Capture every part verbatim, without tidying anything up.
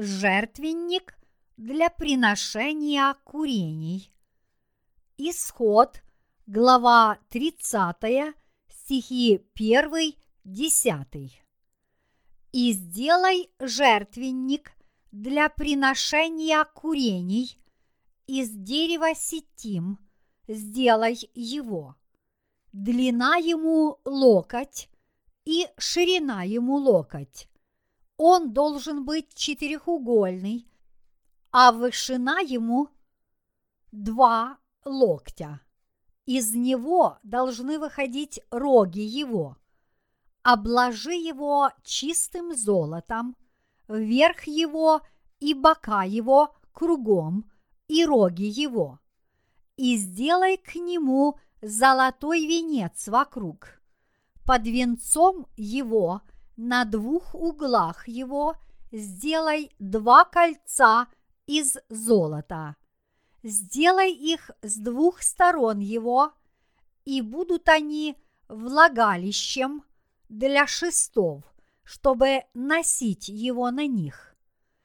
жертвенник для приношения курений. Исход, глава тридцатая, стихи первый, десятый. «И сделай жертвенник для приношения курений из дерева ситим, сделай его. Длина ему локоть и ширина ему локоть. Он должен быть четырехугольный, а вышина ему два локтя. Из него должны выходить роги его. Обложи его чистым золотом, верх его и бока его кругом, и роги его. И сделай к нему золотой венец вокруг. Под венцом его на двух углах его сделай два кольца из золота. Сделай их с двух сторон его, и будут они влагалищем для шестов, чтобы носить его на них.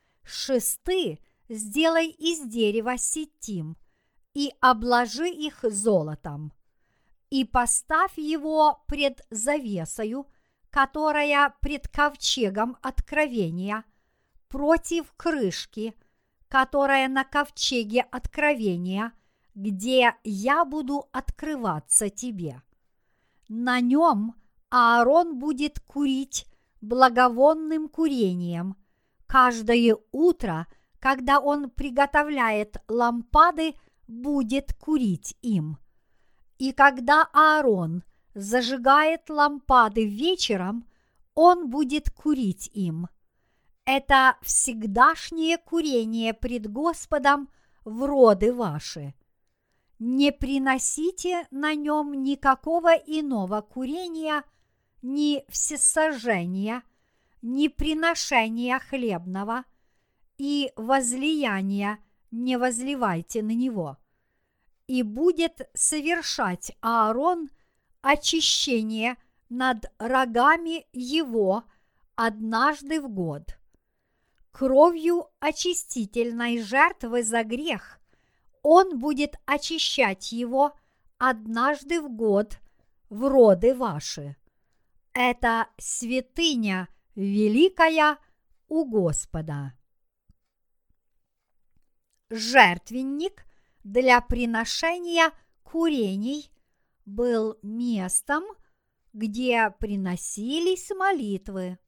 Шесты сделай из дерева ситим и обложи их золотом. И поставь его пред завесою, которая пред ковчегом откровения, против крышки, которая на ковчеге откровения, где я буду открываться тебе. На нем Аарон будет курить благовонным курением каждое утро, когда он приготовляет лампады, будет курить им. И когда Аарон зажигает лампады вечером, он будет курить им. Это всегдашнее курение пред Господом в роды ваши. Не приносите на нем никакого иного курения, ни всесожжения, ни приношения хлебного, и возлияния не возливайте на него. И будет совершать Аарон очищение над рогами его однажды в год. Кровью очистительной жертвы за грех он будет очищать его однажды в год в роды ваши. Это святыня великая у Господа. Жертвенник для приношения курений был местом, где приносились молитвы.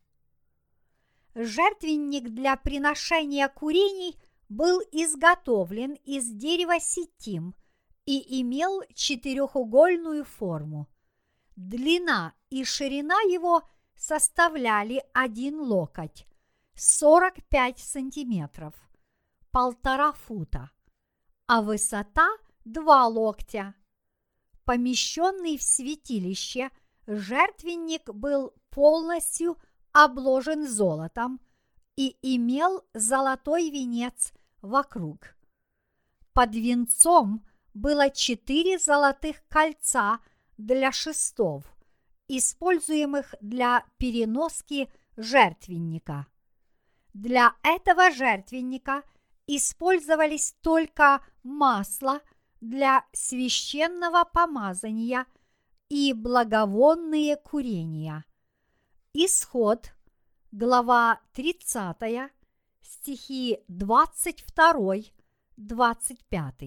Жертвенник для приношения курений был изготовлен из дерева ситим и имел четырехугольную форму. Длина и ширина его составляли один локоть, сорок пять сантиметров, полтора фута, а высота два локтя. Помещенный в святилище, жертвенник был полностью обложен золотом и имел золотой венец вокруг. Под венцом было четыре золотых кольца для шестов, используемых для переноски жертвенника. Для этого жертвенника использовались только масло для священного помазания и благовонные курения. Исход, глава тридцатая, стихи двадцать два - двадцать пять.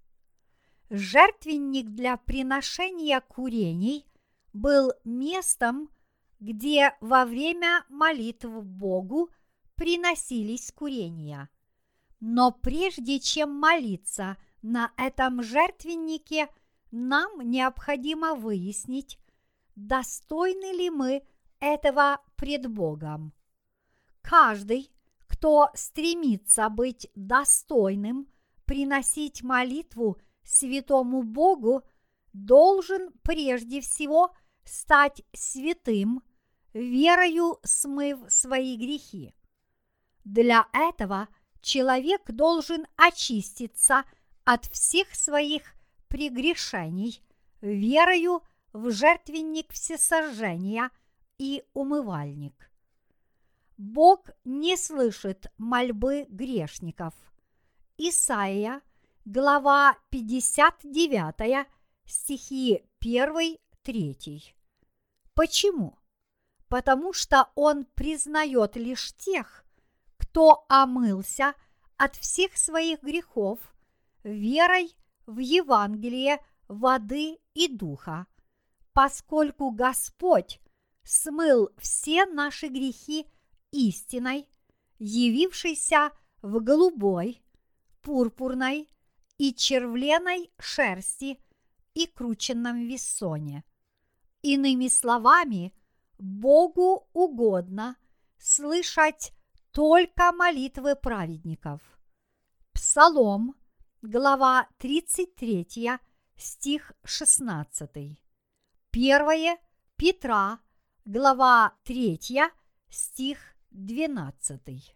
Жертвенник для приношения курений был местом, где во время молитв Богу приносились курения. Но прежде чем молиться на этом жертвеннике, нам необходимо выяснить, достойны ли мы этого пред Богом. Каждый, кто стремится быть достойным приносить молитву святому Богу, должен прежде всего стать святым, верою смыв свои грехи. Для этого человек должен очиститься от всех своих прегрешений верою в жертвенник всесожжения и умывальник. Бог не слышит мольбы грешников. Исайя, глава пятьдесят девять, стихи один три. Почему? Потому что Он признает лишь тех, кто омылся от всех своих грехов верой в Евангелие воды и духа, поскольку Господь смыл все наши грехи истиной, явившейся в голубой, пурпурной и червленой шерсти и крученном вессоне. Иными словами, Богу угодно слышать только молитвы праведников. Псалом, глава тридцать три, стих шестнадцатый. Первое Петра, глава три, стих двенадцатый.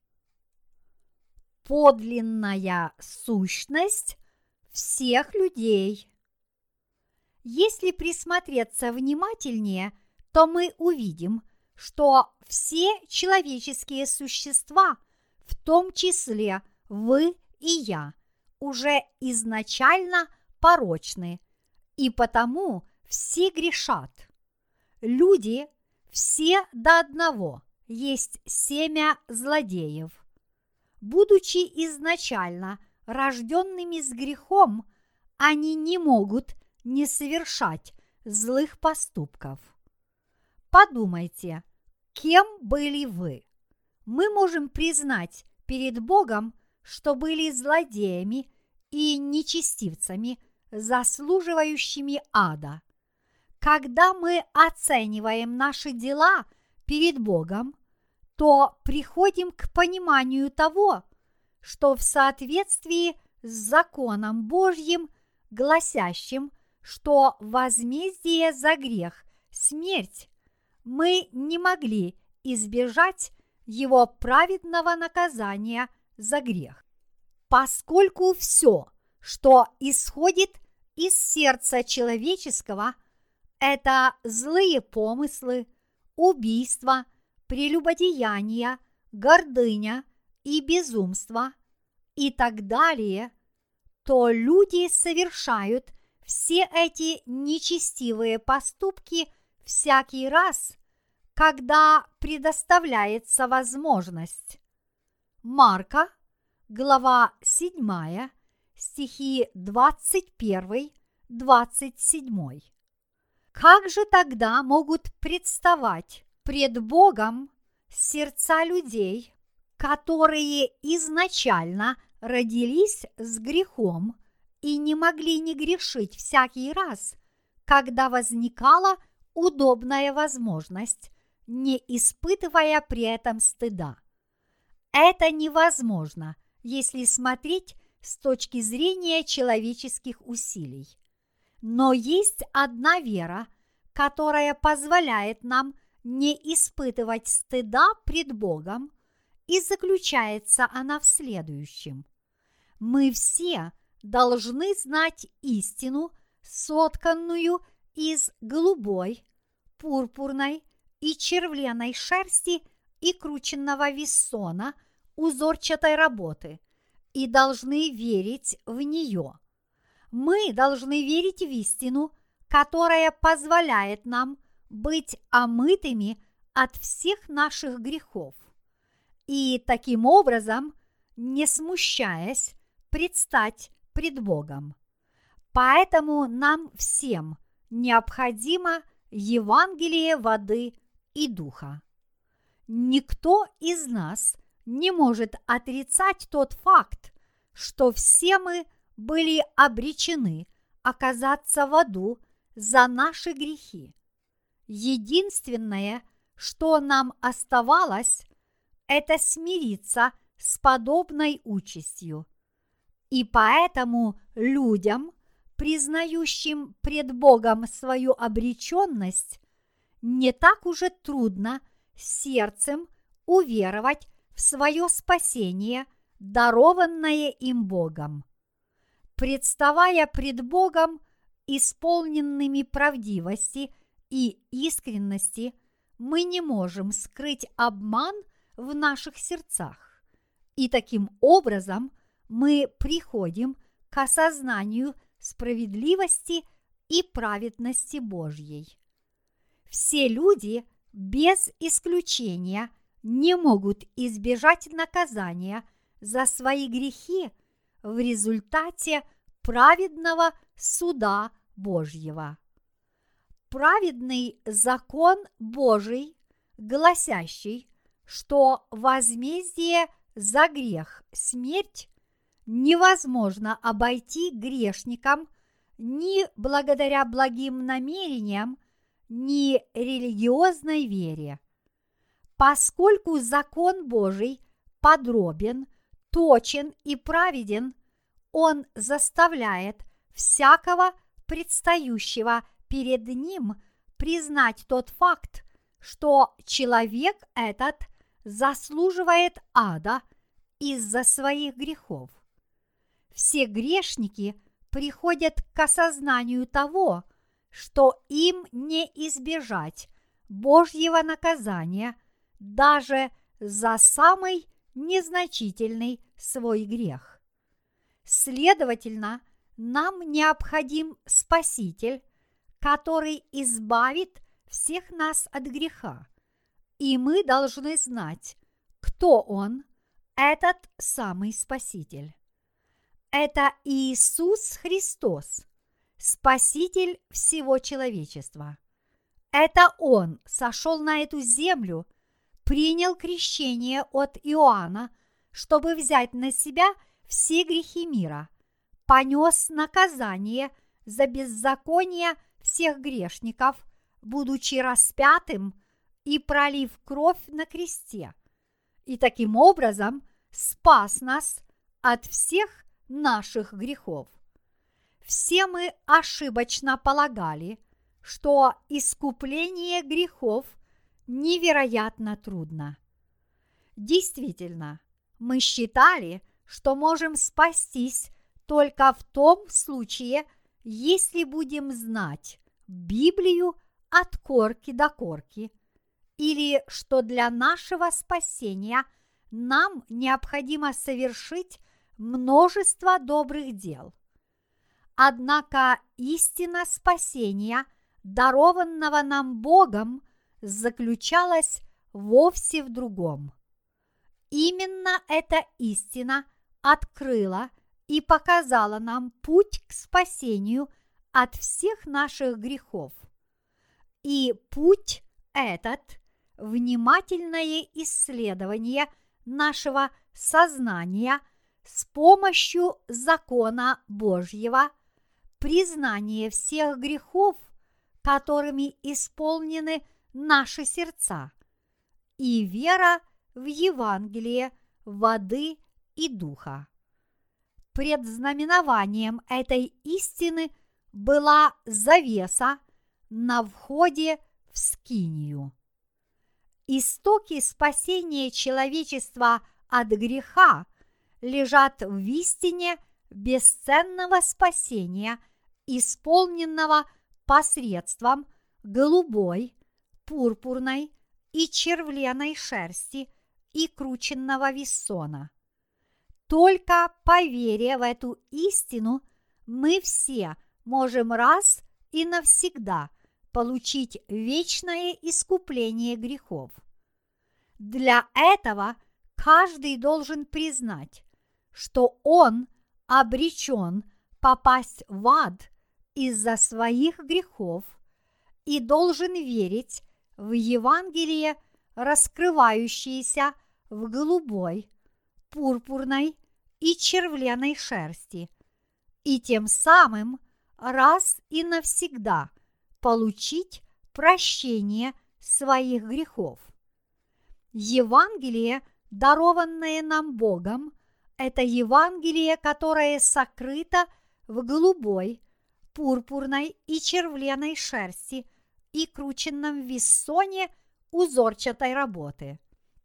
Подлинная сущность всех людей. Если присмотреться внимательнее, то мы увидим, что все человеческие существа, в том числе вы и я, уже изначально порочны, и потому все грешат. Люди все до одного есть семя злодеев. Будучи изначально рожденными с грехом, они не могут не совершать злых поступков. Подумайте, кем были вы? Мы можем признать перед Богом, что были злодеями и нечестивцами, заслуживающими ада. Когда мы оцениваем наши дела перед Богом, то приходим к пониманию того, что в соответствии с законом Божьим, гласящим, что возмездие за грех – смерть, мы не могли избежать его праведного наказания за грех. Поскольку все, что исходит из сердца человеческого, это злые помыслы, убийства, прелюбодеяния, гордыня и безумство и так далее, то люди совершают все эти нечестивые поступки всякий раз, когда предоставляется возможность. Марка, глава семь, стихи двадцать один - двадцать семь. Как же тогда могут представать пред Богом сердца людей, которые изначально родились с грехом и не могли не грешить всякий раз, когда возникала удобная возможность, не испытывая при этом стыда? Это невозможно, если смотреть с точки зрения человеческих усилий. Но есть одна вера, которая позволяет нам не испытывать стыда пред Богом, и заключается она в следующем. Мы все должны знать истину, сотканную из голубой, пурпурной и червленой шерсти и крученного вессона узорчатой работы, и должны верить в нее. Мы должны верить в истину, которая позволяет нам быть омытыми от всех наших грехов, и таким образом, не смущаясь, предстать пред Богом. Поэтому нам всем необходимо Евангелие воды и духа. Никто из нас не может отрицать тот факт, что все мы были обречены оказаться в аду за наши грехи. Единственное, что нам оставалось, это смириться с подобной участью. И поэтому людям, признающим пред Богом свою обреченность, не так уже трудно сердцем уверовать в свое спасение, дарованное им Богом. Представая пред Богом исполненными правдивости и искренности, мы не можем скрыть обман в наших сердцах. И таким образом мы приходим к осознанию справедливости и праведности Божьей. Все люди без исключения не могут избежать наказания за свои грехи в результате праведного суда Божьего. Праведный закон Божий, гласящий, что возмездие за грех – смерть, невозможно обойти грешникам ни благодаря благим намерениям, ни религиозной вере. Поскольку закон Божий подробен, точен и праведен, он заставляет всякого предстающего перед ним признать тот факт, что человек этот заслуживает ада из-за своих грехов. Все грешники приходят к осознанию того, что им не избежать Божьего наказания даже за самый незначительный свой грех. Следовательно, нам необходим Спаситель, который избавит всех нас от греха, и мы должны знать, кто Он, этот самый Спаситель. Это Иисус Христос, Спаситель всего человечества. Это Он сошел на эту землю, принял крещение от Иоанна, чтобы взять на себя все грехи мира, понес наказание за беззаконие всех грешников, будучи распятым и пролив кровь на кресте, и таким образом спас нас от всех наших грехов. Все мы ошибочно полагали, что искупление грехов невероятно трудно. Действительно, мы считали, что можем спастись только в том случае, если будем знать Библию от корки до корки, или что для нашего спасения нам необходимо совершить множество добрых дел. Однако истина спасения, дарованного нам Богом, заключалась вовсе в другом. Именно эта истина открыла и показала нам путь к спасению от всех наших грехов. И путь этот – внимательное исследование нашего сознания с помощью закона Божьего, признание всех грехов, которыми исполнены наши сердца, и вера в Евангелие воды и духа. Предзнаменованием этой истины была завеса на входе в скинию. Истоки спасения человечества от греха лежат в истине бесценного спасения, исполненного посредством голубой, пурпурной и червленой шерсти и крученного виссона. Только по вере в эту истину мы все можем раз и навсегда получить вечное искупление грехов. Для этого каждый должен признать, что он обречен попасть в ад из-за своих грехов и должен верить в Евангелие, раскрывающееся в голубой, пурпурной и червленой шерсти, и тем самым раз и навсегда получить прощение своих грехов. Евангелие, дарованное нам Богом, это Евангелие, которое сокрыто в голубой, пурпурной и червленой шерсти и крученном виссоне узорчатой работы.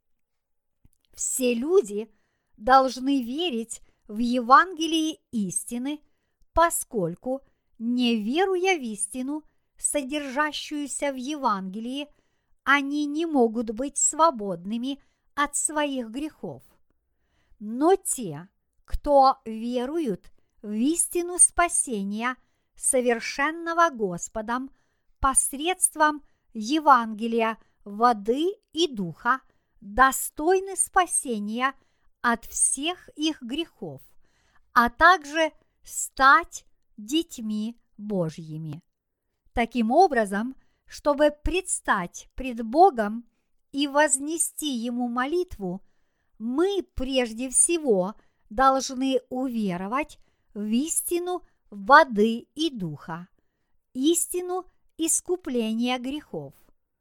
Все люди должны верить в Евангелие истины, поскольку, не веруя в истину, содержащуюся в Евангелии, они не могут быть свободными от своих грехов. Но те, кто веруют в истину спасения, совершенного Господом посредством Евангелия воды и духа, достойны спасения от всех их грехов, а также стать детьми Божьими. Таким образом, чтобы предстать пред Богом и вознести Ему молитву, мы прежде всего должны уверовать в истину воды и духа, истину искупления грехов.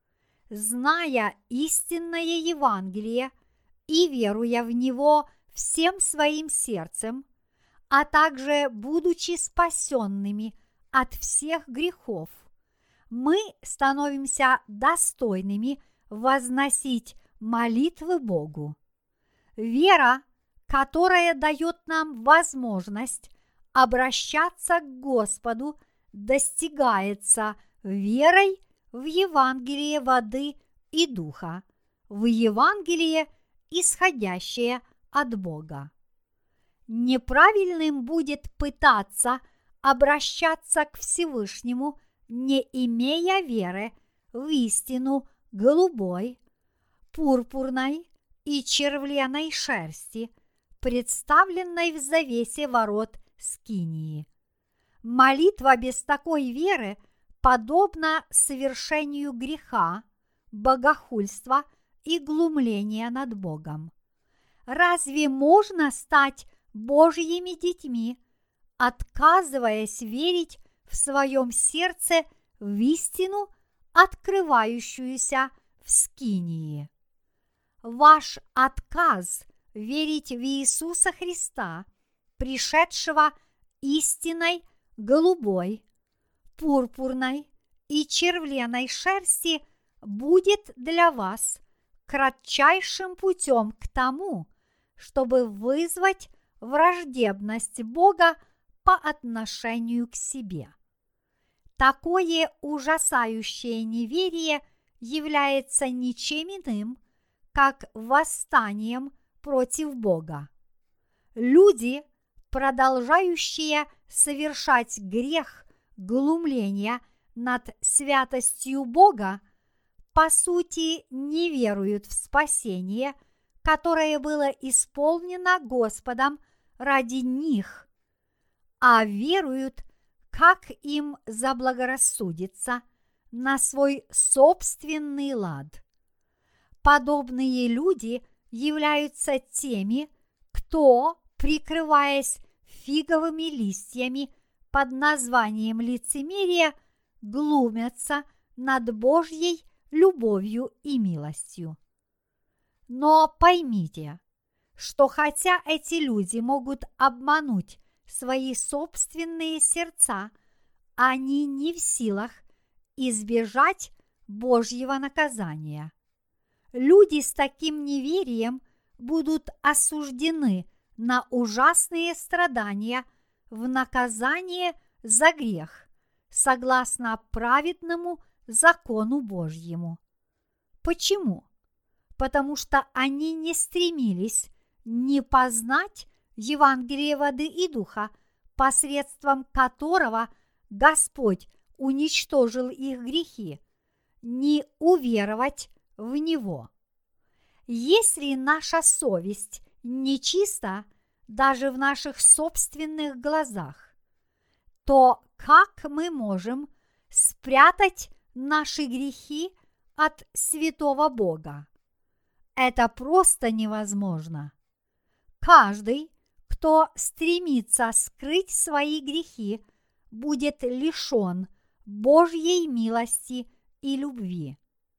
Зная истинное Евангелие и веруя в него всем своим сердцем, а также будучи спасенными от всех грехов, мы становимся достойными возносить молитвы Богу. Вера, которая дает нам возможность обращаться к Господу, достигается верой в Евангелие воды и духа, в Евангелие, исходящее от Бога. Неправильным будет пытаться обращаться к Всевышнему, не имея веры в истину голубой, пурпурной и червленой шерсти, представленной в завесе ворот скинии. Молитва без такой веры подобна совершению греха, богохульства и глумления над Богом. Разве можно стать Божьими детьми, отказываясь верить в своем сердце в истину, открывающуюся в скинии? Ваш отказ верить в Иисуса Христа, пришедшего истиной голубой, пурпурной и червленой шерсти, будет для вас кратчайшим путем к тому, чтобы вызвать враждебность Бога по отношению к себе. Такое ужасающее неверие является ничем иным, как восстанием против Бога. Люди, продолжающие совершать грех глумления над святостью Бога, по сути не веруют в спасение, которое было исполнено Господом ради них, а веруют, как им заблагорассудится, на свой собственный лад. Подобные люди являются теми, кто, прикрываясь фиговыми листьями под названием лицемерия, глумятся над Божьей любовью и милостью. Но поймите, что хотя эти люди могут обмануть свои собственные сердца, они не в силах избежать Божьего наказания. Люди с таким неверием будут осуждены на ужасные страдания в наказание за грех, согласно праведному закону Божьему. Почему? Потому что они не стремились ни познать Евангелие воды и духа, посредством которого Господь уничтожил их грехи, ни уверовать в Него. Если наша совесть нечиста даже в наших собственных глазах, то как мы можем спрятать наши грехи от святого Бога? Это просто невозможно. Каждый, кто стремится скрыть свои грехи, будет лишен Божьей милости и любви.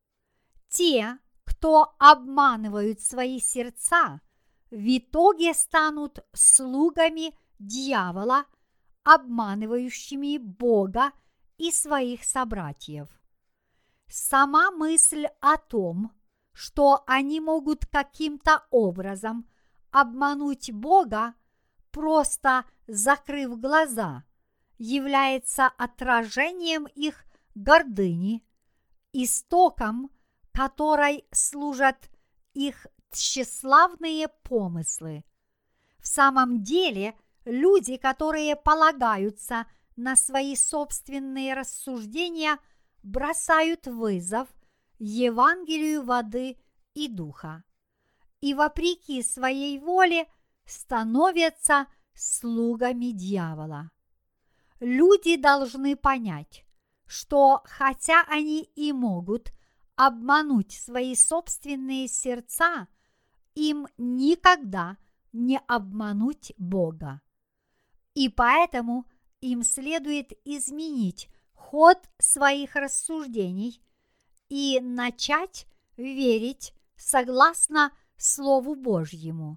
Те, кто обманывают свои сердца, в итоге станут слугами дьявола, обманывающими Бога и своих собратьев. Сама мысль о том, что они могут каким-то образом обмануть Бога, просто закрыв глаза, является отражением их гордыни, истоком которой служат их тщеславные помыслы. В самом деле, люди, которые полагаются на свои собственные рассуждения, бросают вызов Евангелию воды и духа, и вопреки своей воле становятся слугами дьявола. Люди должны понять, что хотя они и могут обмануть свои собственные сердца, им никогда не обмануть Бога. И поэтому им следует изменить ход своих рассуждений и начать верить согласно Слову Божьему.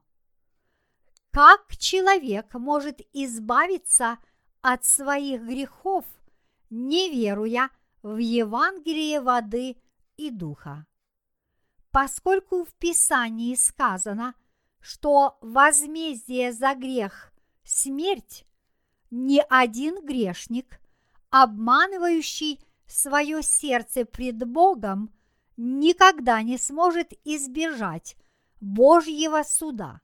Как человек может избавиться от своих грехов, не веруя в Евангелие воды и духа? Поскольку в Писании сказано, что возмездие за грех – смерть, ни один грешник, обманывающий свое сердце пред Богом, никогда не сможет избежать Божьего суда.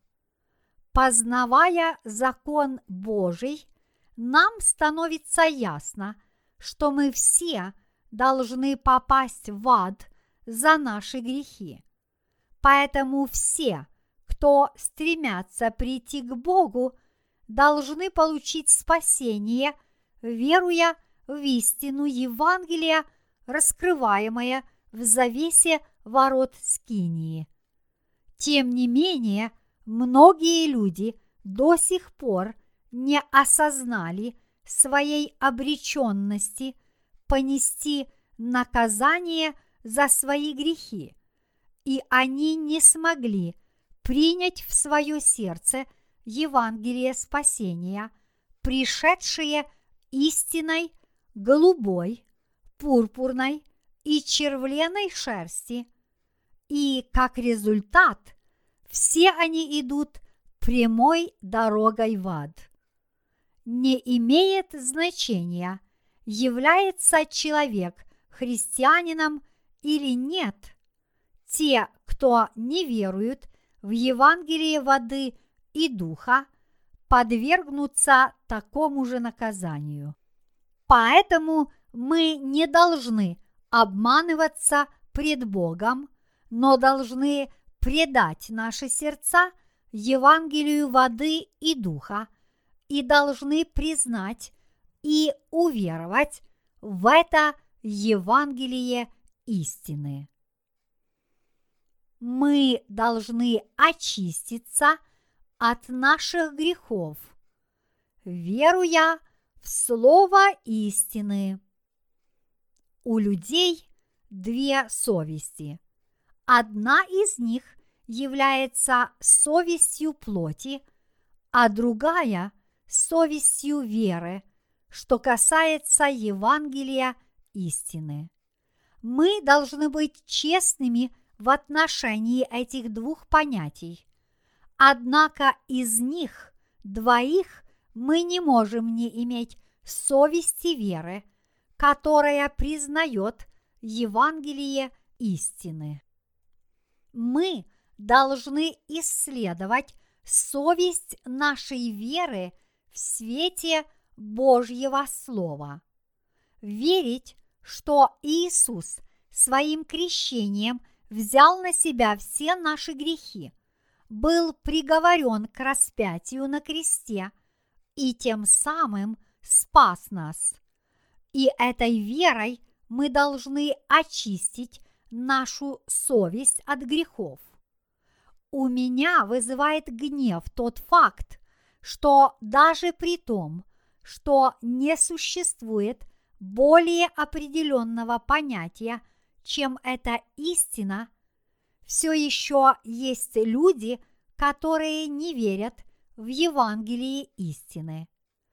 Познавая закон Божий, нам становится ясно, что мы все должны попасть в ад за наши грехи. Поэтому все, кто стремятся прийти к Богу, должны получить спасение, веруя в истину Евангелия, раскрываемое в завесе ворот Скинии. Тем не менее, многие люди до сих пор не осознали своей обреченности понести наказание за свои грехи, и они не смогли принять в свое сердце Евангелие спасения, пришедшее истиной голубой, пурпурной и червленой шерсти, и как результат все они идут прямой дорогой в ад. Не имеет значения, является человек христианином или нет. Те, кто не веруют в Евангелие воды и духа, подвергнутся такому же наказанию. Поэтому мы не должны обманываться пред Богом, но должны предать наши сердца Евангелию воды и духа и должны признать и уверовать в это Евангелие истины. Мы должны очиститься от наших грехов, веруя в Слово истины. У людей две совести. Одна из них является совестью плоти, а другая – совестью веры, что касается Евангелия истины. Мы должны быть честными в отношении этих двух понятий. Однако из них двоих мы не можем не иметь совести веры, которая признает Евангелие истины. Мы должны исследовать совесть нашей веры в свете Божьего Слова. Верить, что Иисус своим крещением взял на себя все наши грехи, был приговорен к распятию на кресте и тем самым спас нас. И этой верой мы должны очистить нашу совесть от грехов. У меня вызывает гнев тот факт, что даже при том, что не существует более определенного понятия, чем эта истина, все еще есть люди, которые не верят в Евангелие истины.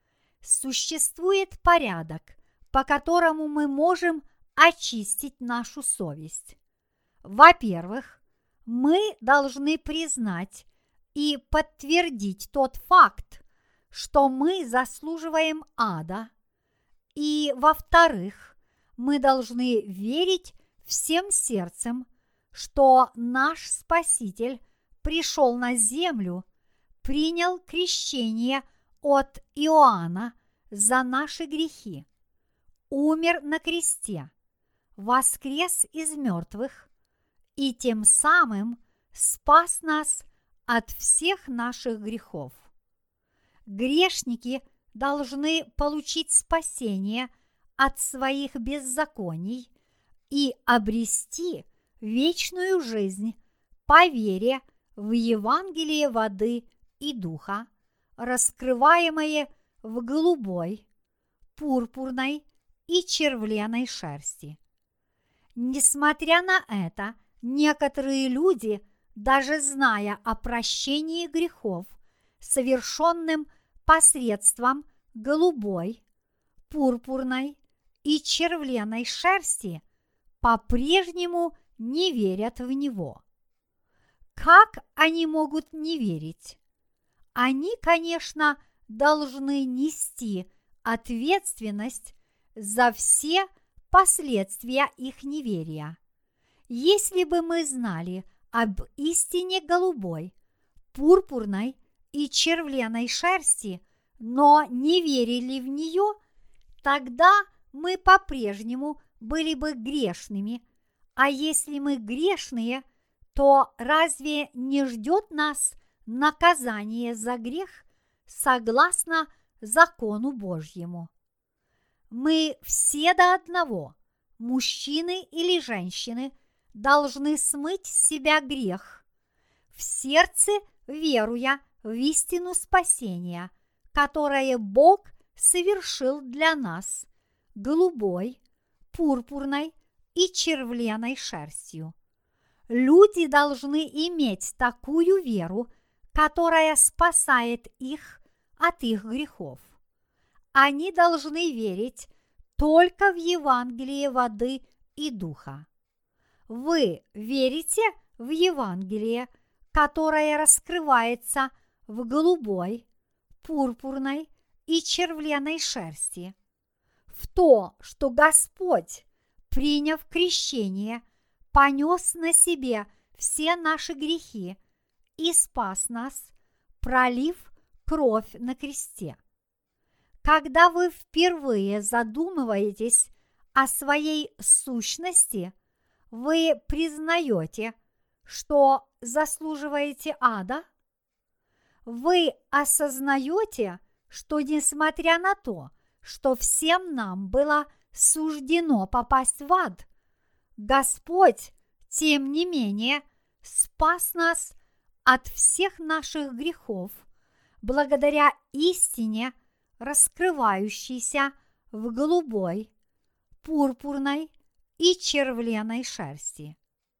Существует порядок, по которому мы можем очистить нашу совесть. Во-первых, мы должны признать и подтвердить тот факт, что мы заслуживаем ада, и, во-вторых, мы должны верить всем сердцем, что наш Спаситель пришел на землю, принял крещение от Иоанна за наши грехи, умер на кресте, воскрес из мертвых и тем самым спас нас от всех наших грехов. Грешники должны получить спасение от своих беззаконий и обрести вечную жизнь по вере в Евангелие воды и духа, раскрываемое в голубой, пурпурной и червленой шерсти. Несмотря на это, некоторые люди, даже зная о прощении грехов, совершенным посредством голубой, пурпурной и червленой шерсти, по-прежнему не верят в него. Как они могут не верить? Они, конечно, должны нести ответственность за все последствия их неверия. Если бы мы знали об истине голубой, пурпурной и червленой шерсти, но не верили в нее, тогда мы по-прежнему были бы грешными, а если мы грешные, то разве не ждет нас наказание за грех согласно закону Божьему? Мы все до одного, мужчины или женщины, должны смыть с себя грех, в сердце веруя в истину спасения, которое Бог совершил для нас голубой, пурпурной и червленой шерстью. Люди должны иметь такую веру, которая спасает их от их грехов. Они должны верить только в Евангелие воды и духа. Вы верите в Евангелие, которое раскрывается в голубой, пурпурной и червленой шерсти, в то, что Господь, приняв крещение, понес на себе все наши грехи и спас нас, пролив кровь на кресте. Когда вы впервые задумываетесь о своей сущности, вы признаете, что заслуживаете ада? Вы осознаете, что несмотря на то, что всем нам было суждено попасть в ад, Господь, тем не менее, спас нас от всех наших грехов благодаря истине, раскрывающейся в голубой, пурпурной и червленой шерсти.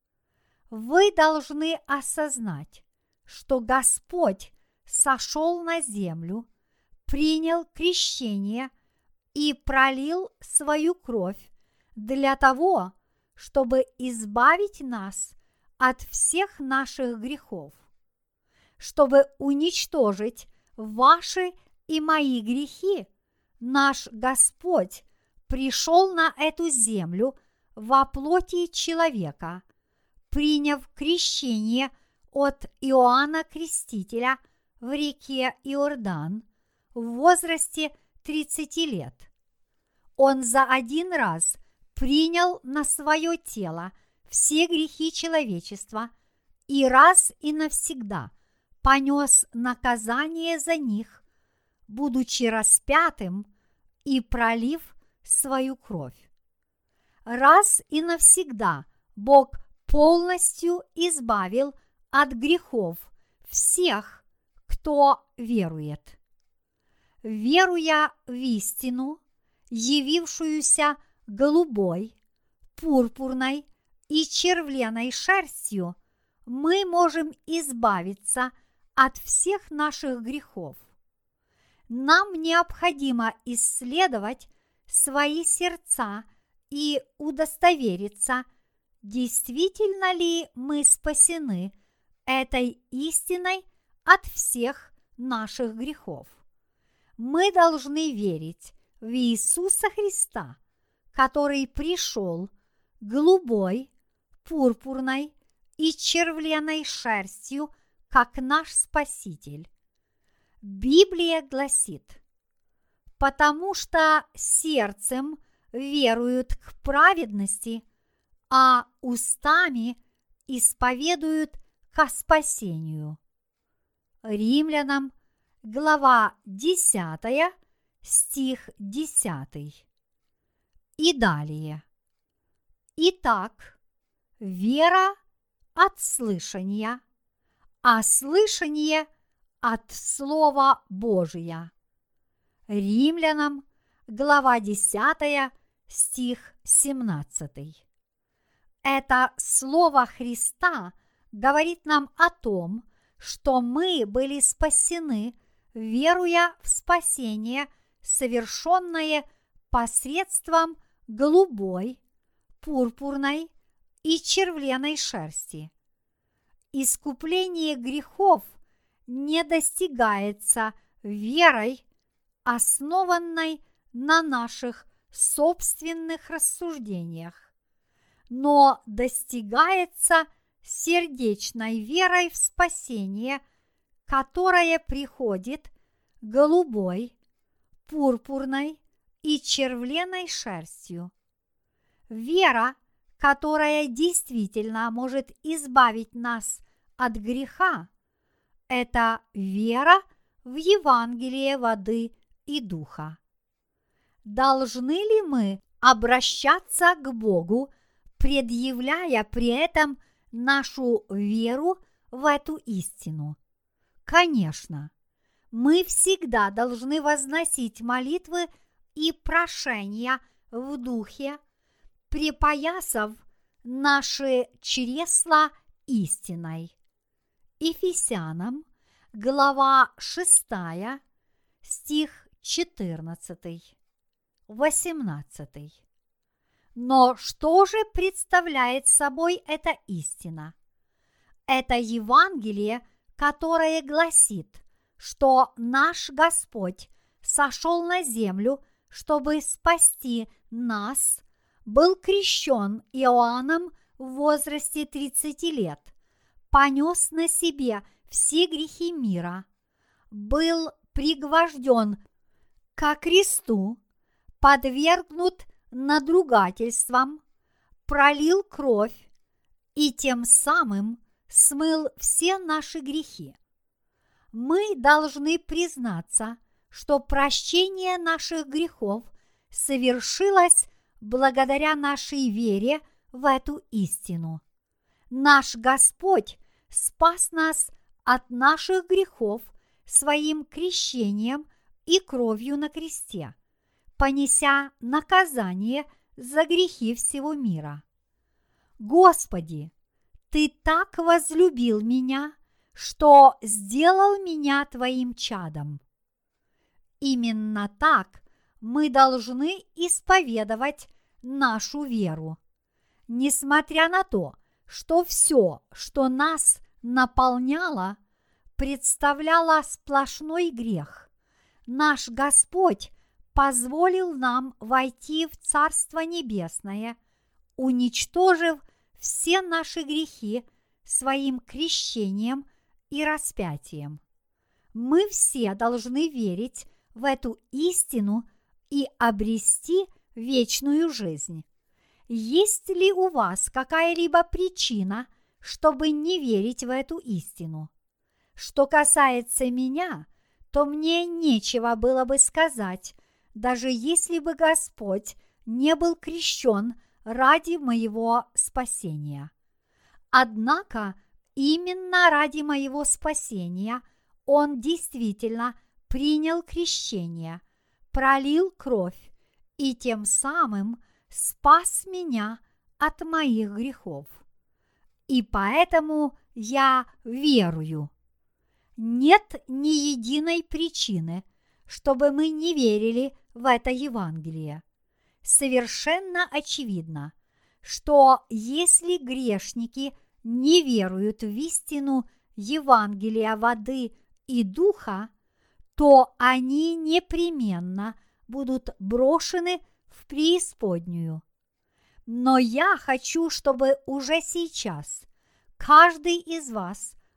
Вы должны осознать, что Господь сошел на землю, принял крещение и пролил свою кровь для того, чтобы избавить нас от всех наших грехов, чтобы уничтожить ваши и мои грехи. Наш Господь пришел на эту землю во плоти человека, приняв крещение от Иоанна Крестителя в реке Иордан в возрасте тридцати лет. Он за один раз принял на свое тело все грехи человечества и раз и навсегда понес наказание за них, будучи распятым и пролив свою кровь. Раз и навсегда Бог полностью избавил от грехов всех, кто верует. Веруя в истину, явившуюся голубой, пурпурной и червленой шерстью, мы можем избавиться от всех наших грехов. Нам необходимо исследовать свои сердца и удостовериться, действительно ли мы спасены этой истиной от всех наших грехов. Мы должны верить в Иисуса Христа, который пришел голубой, пурпурной и червленой шерстью как наш Спаситель. Библия гласит: «Потому что сердцем веруют к праведности, а устами исповедуют ко спасению». Римлянам, глава десятая, стих десятый. И далее. Итак, вера от слышания, а слышание от Слова Божия. Римлянам, глава десятая, стих семнадцатый. Это Слово Христа говорит нам о том, что мы были спасены, веруя в спасение, совершенное посредством голубой, пурпурной и червленой шерсти. Искупление грехов не достигается верой, основанной на наших собственных рассуждениях, но достигается сердечной верой в спасение, которое приходит голубой, пурпурной и червленой шерстью. Вера, которая действительно может избавить нас от греха, это вера в Евангелие воды и духа. Должны ли мы обращаться к Богу, предъявляя при этом нашу веру в эту истину? Конечно, мы всегда должны возносить молитвы и прошения в духе, припоясав наши чресла истиной. Ефесянам, глава шестая, стих четырнадцатый, восемнадцатый. Но что же представляет собой эта истина? Это Евангелие, которое гласит, что наш Господь сошел на землю, чтобы спасти нас, был крещен Иоанном в возрасте тридцати лет, понес на себе все грехи мира, был пригвожден ко кресту, подвергнут надругательствам, пролил кровь и тем самым смыл все наши грехи. Мы должны признаться, что прощение наших грехов совершилось благодаря нашей вере в эту истину. Наш Господь спас нас от наших грехов своим крещением и кровью на кресте, понеся наказание за грехи всего мира. Господи, Ты так возлюбил меня, что сделал меня Твоим чадом. Именно так мы должны исповедовать нашу веру. Несмотря на то, что все, что нас наполняло, представляло сплошной грех, наш Господь позволил нам войти в Царство Небесное, уничтожив все наши грехи своим крещением и распятием. Мы все должны верить в эту истину и обрести вечную жизнь. Есть ли у вас какая-либо причина, чтобы не верить в эту истину? Что касается меня, то мне нечего было бы сказать, даже если бы Господь не был крещен ради моего спасения. Однако именно ради моего спасения Он действительно принял крещение, пролил кровь и тем самым спас меня от моих грехов. И поэтому я верую. Нет ни единой причины, чтобы мы не верили в это Евангелие. Совершенно очевидно, что если грешники не веруют в истину Евангелия воды и духа, то они непременно будут брошены в преисподнюю. Но я хочу, чтобы уже сейчас каждый из вас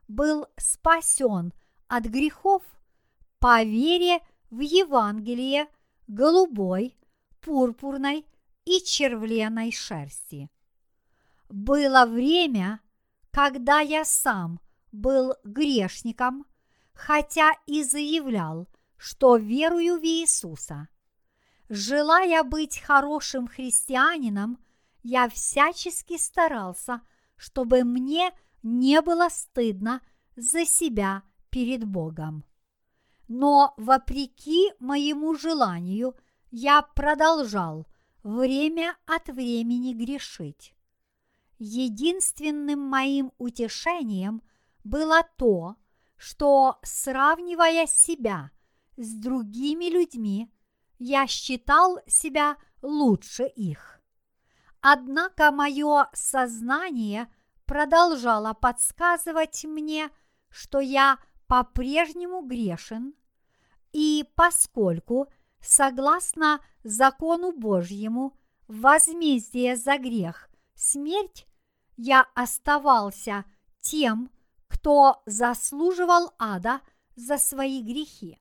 был спасен от грехов по вере в Евангелие голубой, пурпурной и червленой шерсти. Было время, когда я сам был грешником, хотя и заявлял, что верую в Иисуса. Желая быть хорошим христианином, я всячески старался, чтобы мне не было стыдно за себя перед Богом. Но вопреки моему желанию я продолжал время от времени грешить. Единственным моим утешением было то, что, сравнивая себя с другими людьми, я считал себя лучше их. Однако мое сознание продолжало подсказывать мне, что я по-прежнему грешен, и поскольку, согласно закону Божьему, возмездие за грех – смерть, я оставался тем, кто заслуживал ада за свои грехи.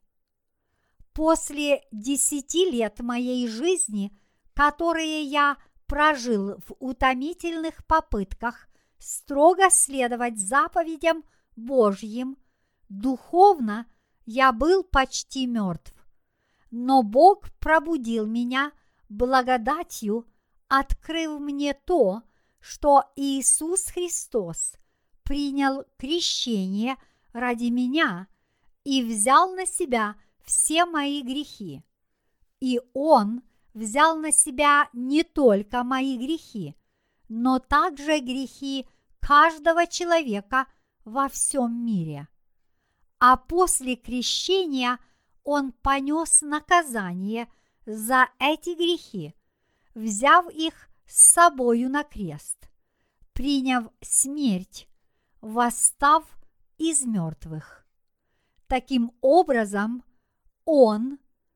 После десяти лет моей жизни, которые я прожил в утомительных попытках строго следовать заповедям Божьим, духовно я был почти мертв. Но Бог пробудил меня благодатью, открыв мне то, что Иисус Христос принял крещение ради меня и взял на себя все мои грехи. И Он взял на себя не только мои грехи, но также грехи каждого человека во всем мире. А после крещения Он понес наказание за эти грехи, взяв их с собою на крест, приняв смерть, восстав из мертвых. Таким образом, Он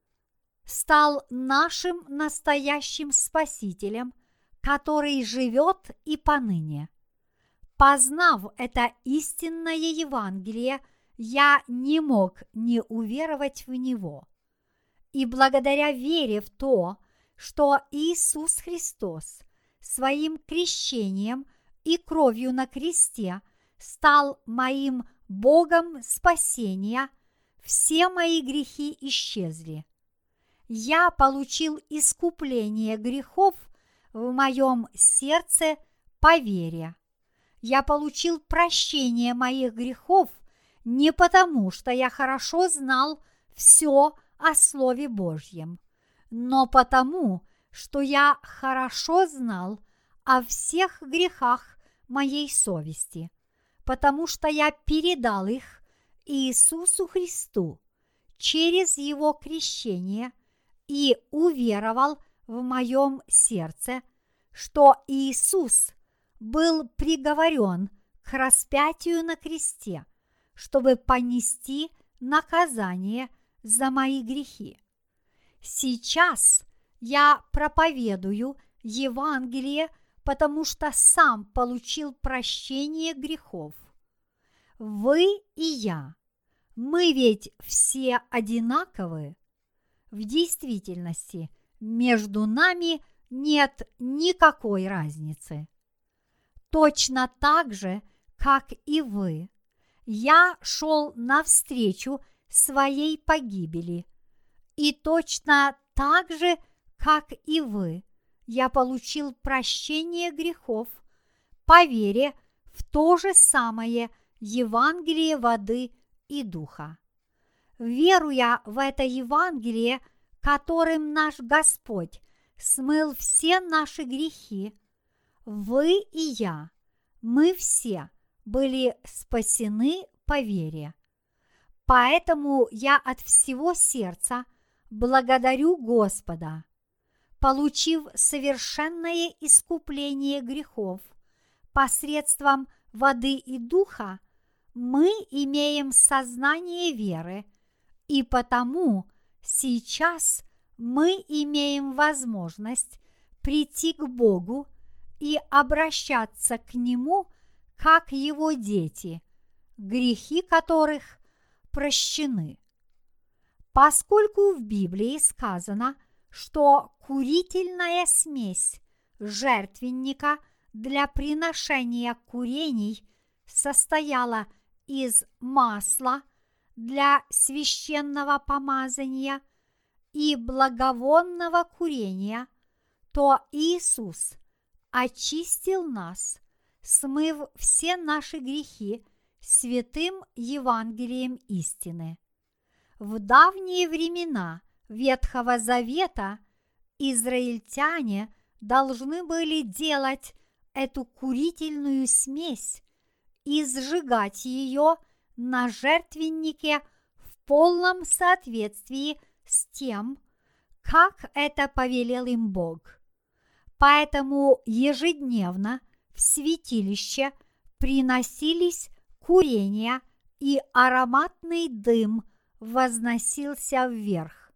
стал нашим настоящим Спасителем, который живет и поныне. Познав это истинное Евангелие, я не мог не уверовать в него. И благодаря вере в то, что Иисус Христос своим крещением и кровью на кресте стал моим Богом спасения, все мои грехи исчезли. Я получил искупление грехов в моем сердце по вере. Я получил прощение моих грехов не потому, что я хорошо знал все о Слове Божьем, но потому, что я хорошо знал о всех грехах моей совести, потому что я передал их Иисусу Христу через Его крещение и уверовал в моем сердце, что Иисус был приговорен к распятию на кресте, чтобы понести наказание за мои грехи. Сейчас я проповедую Евангелие, потому что сам получил прощение грехов. Вы и я, мы ведь все одинаковы. В действительности между нами нет никакой разницы. Точно так же, как и вы, я шел навстречу своей погибели, и точно так же, как и вы, я получил прощение грехов по вере в то же самое Евангелие воды и духа. Веруя в это Евангелие, которым наш Господь смыл все наши грехи, вы и я, мы все были спасены по вере. Поэтому я от всего сердца благодарю Господа. Получив совершенное искупление грехов посредством воды и духа, мы имеем сознание веры, и потому сейчас мы имеем возможность прийти к Богу и обращаться к Нему как Его дети, грехи которых прощены. Поскольку в Библии сказано, что курительная смесь жертвенника для приношения курений состояла из масла для священного помазания и благовонного курения, то Иисус очистил нас, смыв все наши грехи святым Евангелием истины. В давние времена Ветхого Завета израильтяне должны были делать эту курительную смесь и сжигать ее на жертвеннике в полном соответствии с тем, как это повелел им Бог. Поэтому ежедневно в святилище приносились курения, и ароматный дым возносился вверх.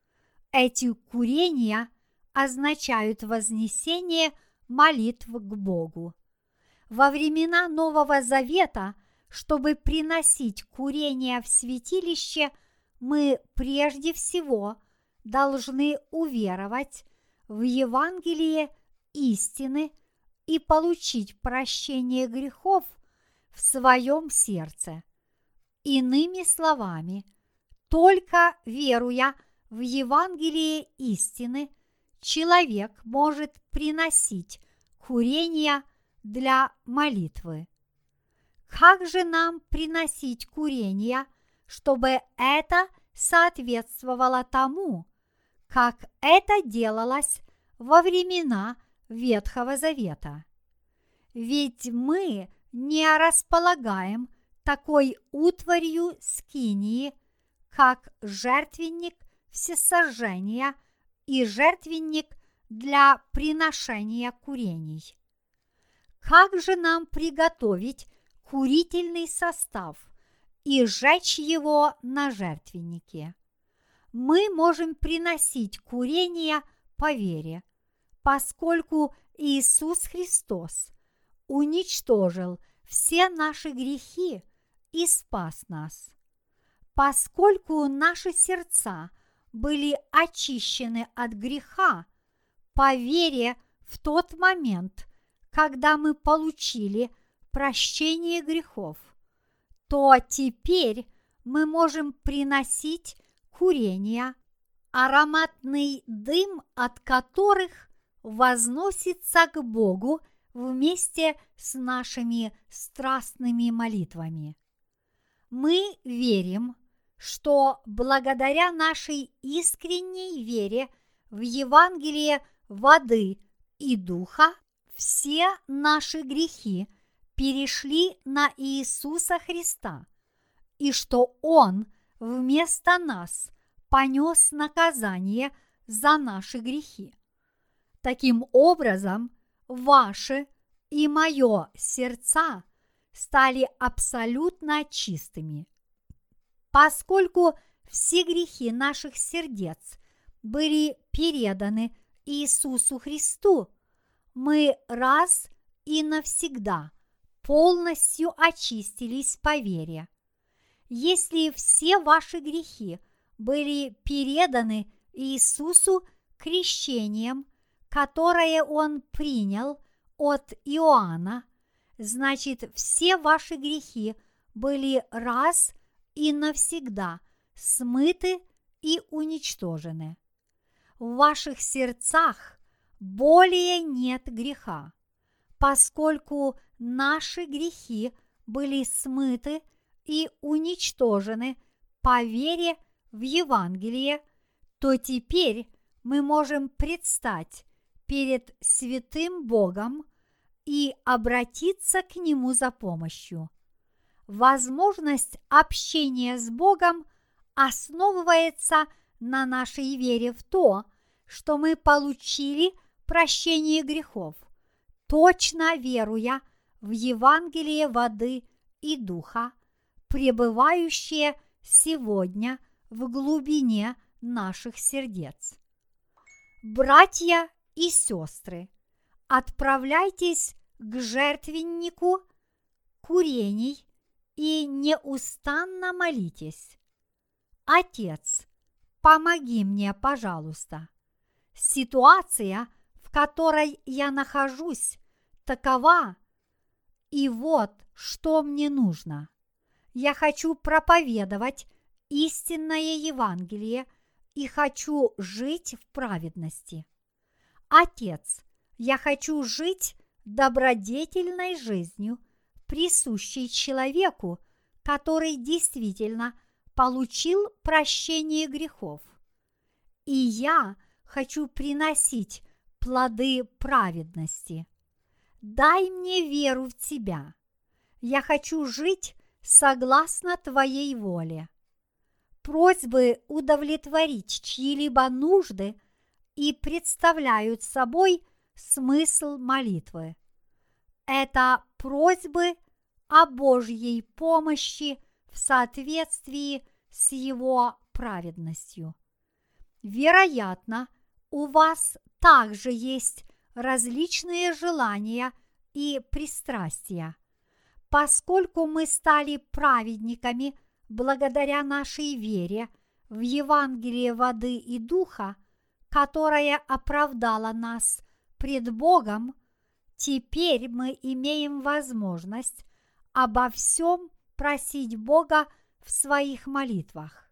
Эти курения означают вознесение молитв к Богу. Во времена Нового Завета, чтобы приносить курения в святилище, мы прежде всего должны уверовать в Евангелие истины и получить прощение грехов в своем сердце. Иными словами, только веруя в Евангелие истины, человек может приносить курения для молитвы. Как же нам приносить курения, чтобы это соответствовало тому, как это делалось во времена Ветхого Завета? Ведь мы не располагаем такой утварью скинии, как жертвенник всесожжения и жертвенник для приношения курений. Как же нам приготовить курительный состав и сжечь его на жертвеннике? Мы можем приносить курения по вере, поскольку Иисус Христос уничтожил все наши грехи и спас нас. Поскольку наши сердца были очищены от греха по вере в тот момент, когда мы получили прощение грехов, то теперь мы можем приносить курения, ароматный дым от которых возносится к Богу вместе с нашими страстными молитвами. Мы верим, что благодаря нашей искренней вере в Евангелие воды и духа все наши грехи перешли на Иисуса Христа, и что Он вместо нас понес наказание за наши грехи. Таким образом, ваши и мое сердца стали абсолютно чистыми. Поскольку все грехи наших сердец были переданы Иисусу Христу, мы раз и навсегда полностью очистились по вере. Если все ваши грехи были переданы Иисусу крещением, которое Он принял от Иоанна, значит, все ваши грехи были раз и навсегда смыты и уничтожены. В ваших сердцах более нет греха, поскольку наши грехи были смыты и уничтожены по вере в Евангелие, то теперь мы можем предстать перед святым Богом и обратиться к Нему за помощью. Возможность общения с Богом основывается на нашей вере в то, что мы получили прощение грехов, точно веруя в Евангелие воды и духа, пребывающее сегодня в глубине наших сердец. Братья и сестры, отправляйтесь к жертвеннику курений и неустанно молитесь: «Отец, помоги мне, пожалуйста. Ситуация, в которой я нахожусь, такова, и вот что мне нужно. Я хочу проповедовать истинное Евангелие и хочу жить в праведности. Отец, я хочу жить добродетельной жизнью, присущей человеку, который действительно получил прощение грехов. И я хочу приносить плоды праведности. Дай мне веру в Тебя. Я хочу жить согласно Твоей воле». Просьбы удовлетворить чьи-либо нужды и представляют собой смысл молитвы. Это просьбы о Божьей помощи в соответствии с Его праведностью. Вероятно, у вас также есть различные желания и пристрастия. Поскольку мы стали праведниками благодаря нашей вере в Евангелие воды и духа, которое оправдало нас пред Богом, теперь мы имеем возможность обо всем просить Бога в своих молитвах.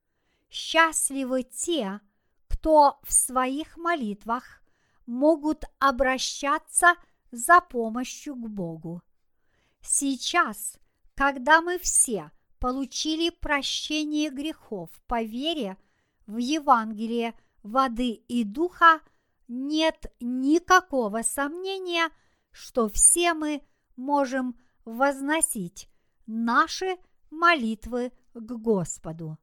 Счастливы те, кто в своих молитвах могут обращаться за помощью к Богу. Сейчас, когда мы все получили прощение грехов по вере в Евангелие воды и духа, нет никакого сомнения, что все мы можем возносить наши молитвы к Господу.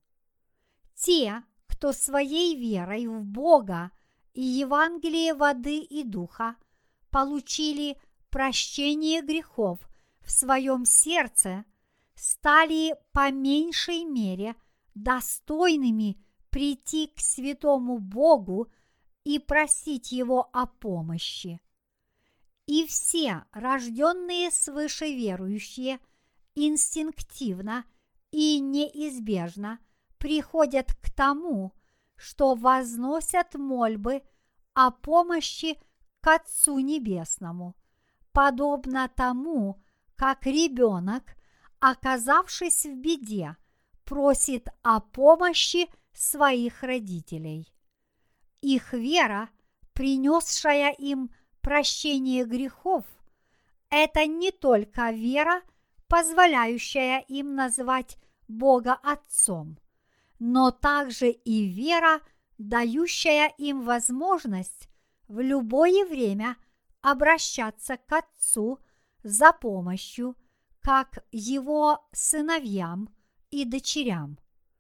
Те, кто своей верой в Бога и Евангелие воды и духа получили прощение грехов в своем сердце, стали по меньшей мере достойными прийти к святому Богу и просить Его о помощи. И все рожденные свыше верующие инстинктивно и неизбежно приходят к тому, что возносят мольбы о помощи к Отцу Небесному, подобно тому, как ребенок, оказавшись в беде, просит о помощи своих родителей. Их вера, принесшая им прощение грехов, это не только вера, позволяющая им называть Бога Отцом, но также и вера, дающая им возможность в любое время обращаться к Отцу за помощью, как Его сыновьям и дочерям.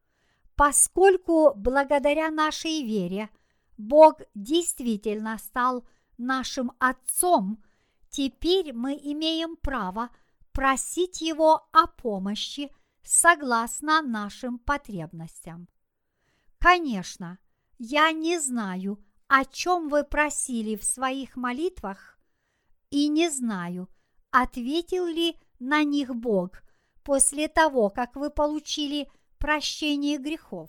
Поскольку благодаря нашей вере Бог действительно стал нашим Отцом, теперь мы имеем право просить Его о помощи согласно нашим потребностям. Конечно, я не знаю, о чем вы просили в своих молитвах, и не знаю, ответил ли на них Бог после того, как вы получили прощение грехов.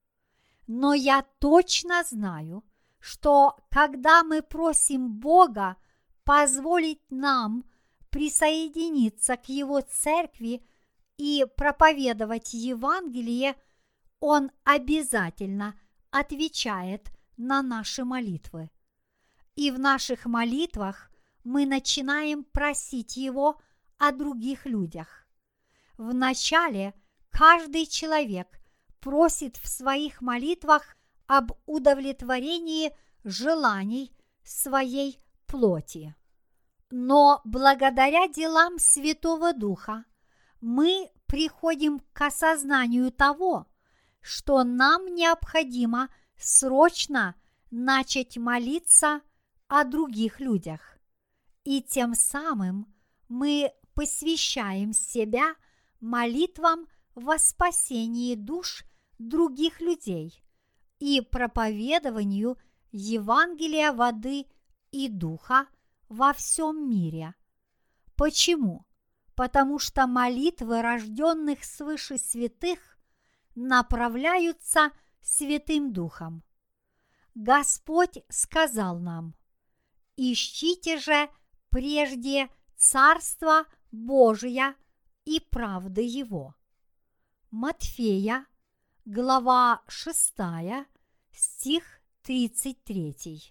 Но я точно знаю, что когда мы просим Бога позволить нам присоединиться к Его церкви и проповедовать Евангелие, Он обязательно отвечает на наши молитвы. И в наших молитвах мы начинаем просить Его о других людях. Вначале каждый человек просит в своих молитвах об удовлетворении желаний своей плоти. Но благодаря делам Святого Духа мы приходим к осознанию того, что нам необходимо срочно начать молиться о других людях. И тем самым мы посвящаем себя молитвам во спасении душ других людей и проповедованию Евангелия воды и духа во всем мире. Почему? потому что молитвы рожденных свыше святых направляются Святым Духом. Господь сказал нам: «Ищите же прежде Царство Божие и правды Его». Матфея, глава шестая, стих тридцать третий.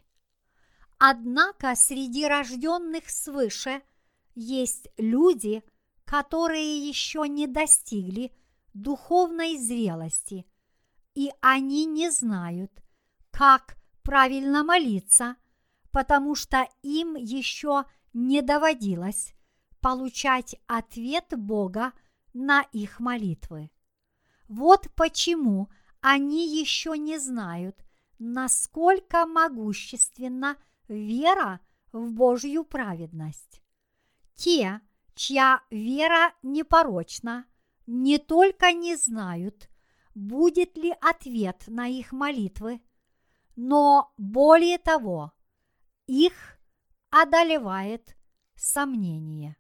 Однако среди рожденных свыше есть люди, которые еще не достигли духовной зрелости, и они не знают, как правильно молиться, потому что им еще не доводилось получать ответ Бога на их молитвы. Вот почему они еще не знают, насколько могущественна вера в Божью праведность. Те, чья вера непорочна, не только не знают, будет ли ответ на их молитвы, но более того, их одолевает сомнение.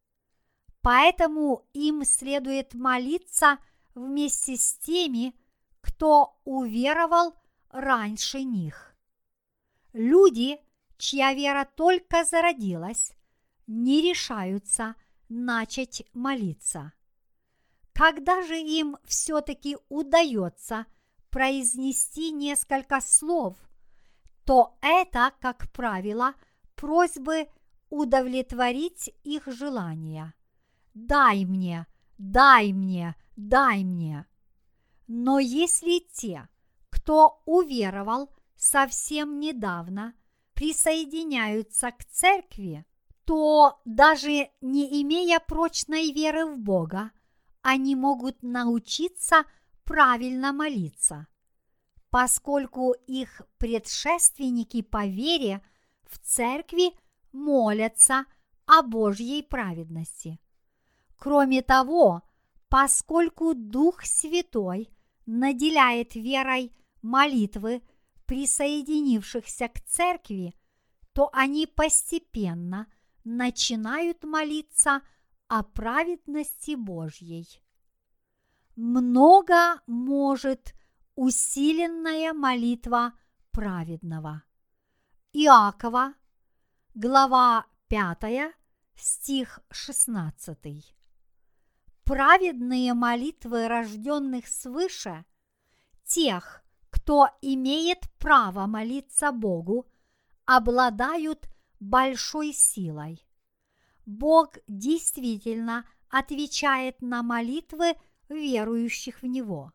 Поэтому им следует молиться вместе с теми, кто уверовал раньше них. Люди, чья вера только зародилась, не решаются начать молиться. Когда же им все-таки удается произнести несколько слов, то это, как правило, просьбы удовлетворить их желания. «Дай мне, дай мне, дай мне». Но если те, кто уверовал совсем недавно, присоединяются к церкви, то даже не имея прочной веры в Бога, они могут научиться правильно молиться, поскольку их предшественники по вере в церкви молятся о Божьей праведности. Кроме того, поскольку Дух Святой наделяет верой молитвы присоединившихся к церкви, то они постепенно начинают молиться о праведности Божьей. Много может усиленная молитва праведного. Иакова, глава пятая, стих шестнадцатый. Праведные молитвы рожденных свыше, тех, кто имеет право молиться Богу, обладают большой силой. Бог действительно отвечает на молитвы верующих в Него.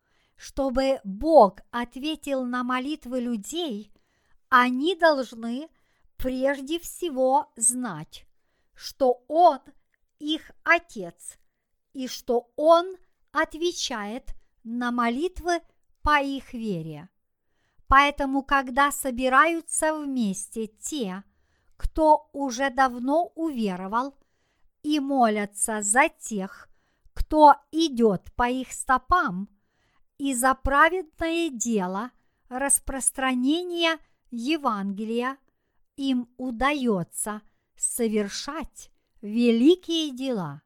Чтобы Бог ответил на молитвы людей, они должны прежде всего знать, что Он их Отец, и что Он отвечает на молитвы по их вере. Поэтому, когда собираются вместе те, кто уже давно уверовал, и молятся за тех, кто идет по их стопам, и за праведное дело распространения Евангелия, им удается совершать великие дела.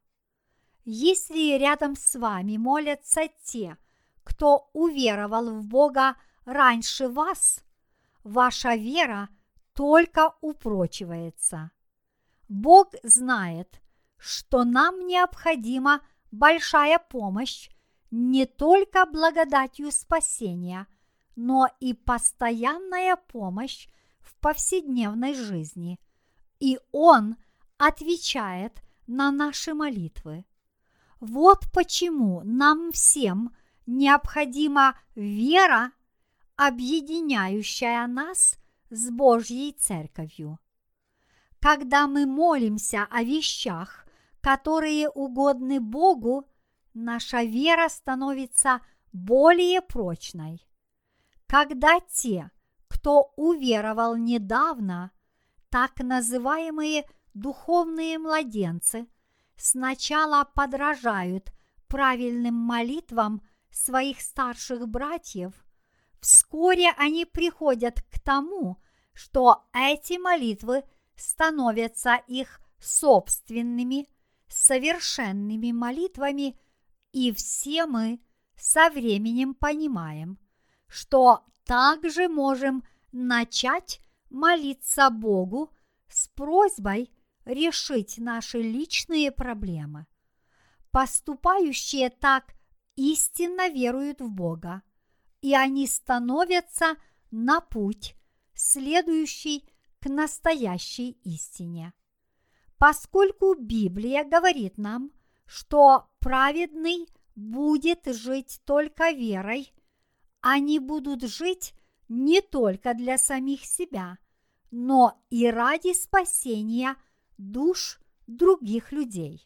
Если рядом с вами молятся те, кто уверовал в Бога раньше вас, ваша вера только упрочивается. Бог знает, что нам необходима большая помощь не только благодатью спасения, но и постоянная помощь в повседневной жизни, и Он отвечает на наши молитвы. Вот почему нам всем необходима вера, объединяющая нас с Божьей Церковью. Когда мы молимся о вещах, которые угодны Богу, наша вера становится более прочной. Когда те, кто уверовал недавно, так называемые духовные младенцы, сначала подражают правильным молитвам своих старших братьев, вскоре они приходят к тому, что эти молитвы становятся их собственными, совершенными молитвами, и все мы со временем понимаем, что также можем начать молиться Богу с просьбой решить наши личные проблемы. Поступающие так истинно веруют в Бога, и они становятся на путь, следующий к настоящей истине. Поскольку Библия говорит нам, что праведный будет жить только верой, они будут жить не только для самих себя, но и ради спасения душ других людей.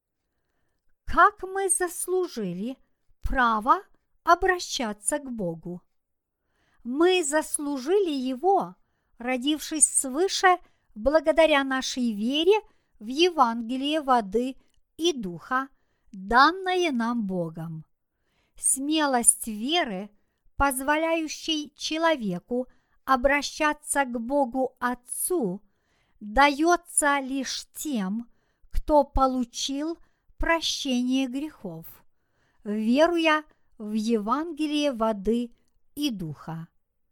Как мы заслужили право обращаться к Богу? Мы заслужили его, родившись свыше благодаря нашей вере в Евангелие воды и духа, данное нам Богом. Смелость веры, позволяющей человеку обращаться к Богу Отцу, дается лишь тем, кто получил прощение грехов, веруя в Евангелие воды и духа.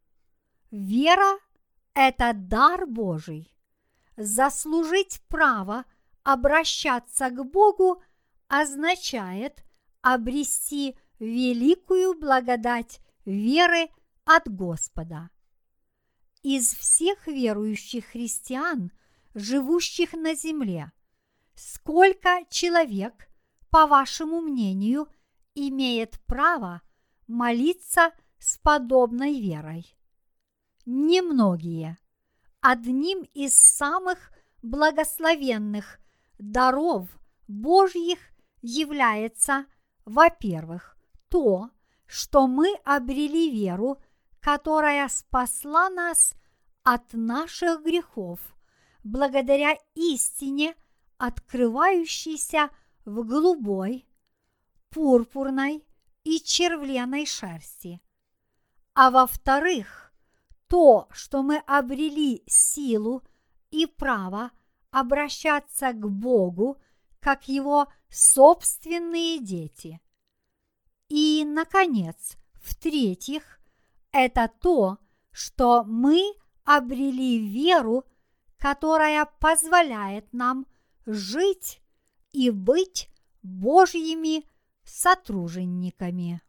Вера – это дар Божий. Заслужить право обращаться к Богу означает обрести великую благодать веры от Господа. Из всех верующих христиан, живущих на земле, сколько человек, по вашему мнению, имеет право молиться с подобной верой? Немногие. Одним из самых благословенных даров Божьих является, во-первых, то, что мы обрели веру, которая спасла нас от наших грехов, благодаря истине, открывающейся в голубой, пурпурной и червленой шерсти. А во-вторых, то, что мы обрели силу и право обращаться к Богу как Его собственные дети. И, наконец, в-третьих, это то, что мы обрели веру, которая позволяет нам жить и быть Божьими сотружениками.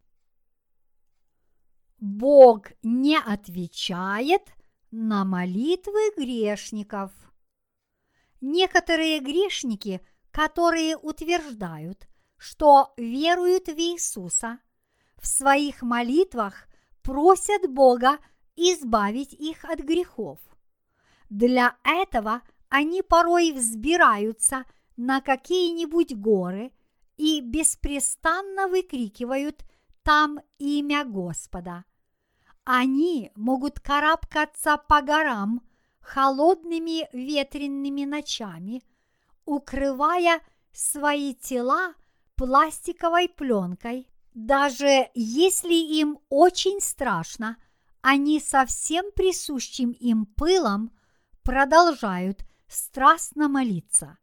Бог не отвечает на молитвы грешников. Некоторые грешники, которые утверждают, что веруют в Иисуса, в своих молитвах просят Бога избавить их от грехов. Для этого они порой взбираются на какие-нибудь горы и беспрестанно выкрикивают там имя Господа. Они могут карабкаться по горам холодными ветреными ночами, укрывая свои тела пластиковой пленкой. Даже если им очень страшно, они со всем присущим им пылом продолжают страстно молиться.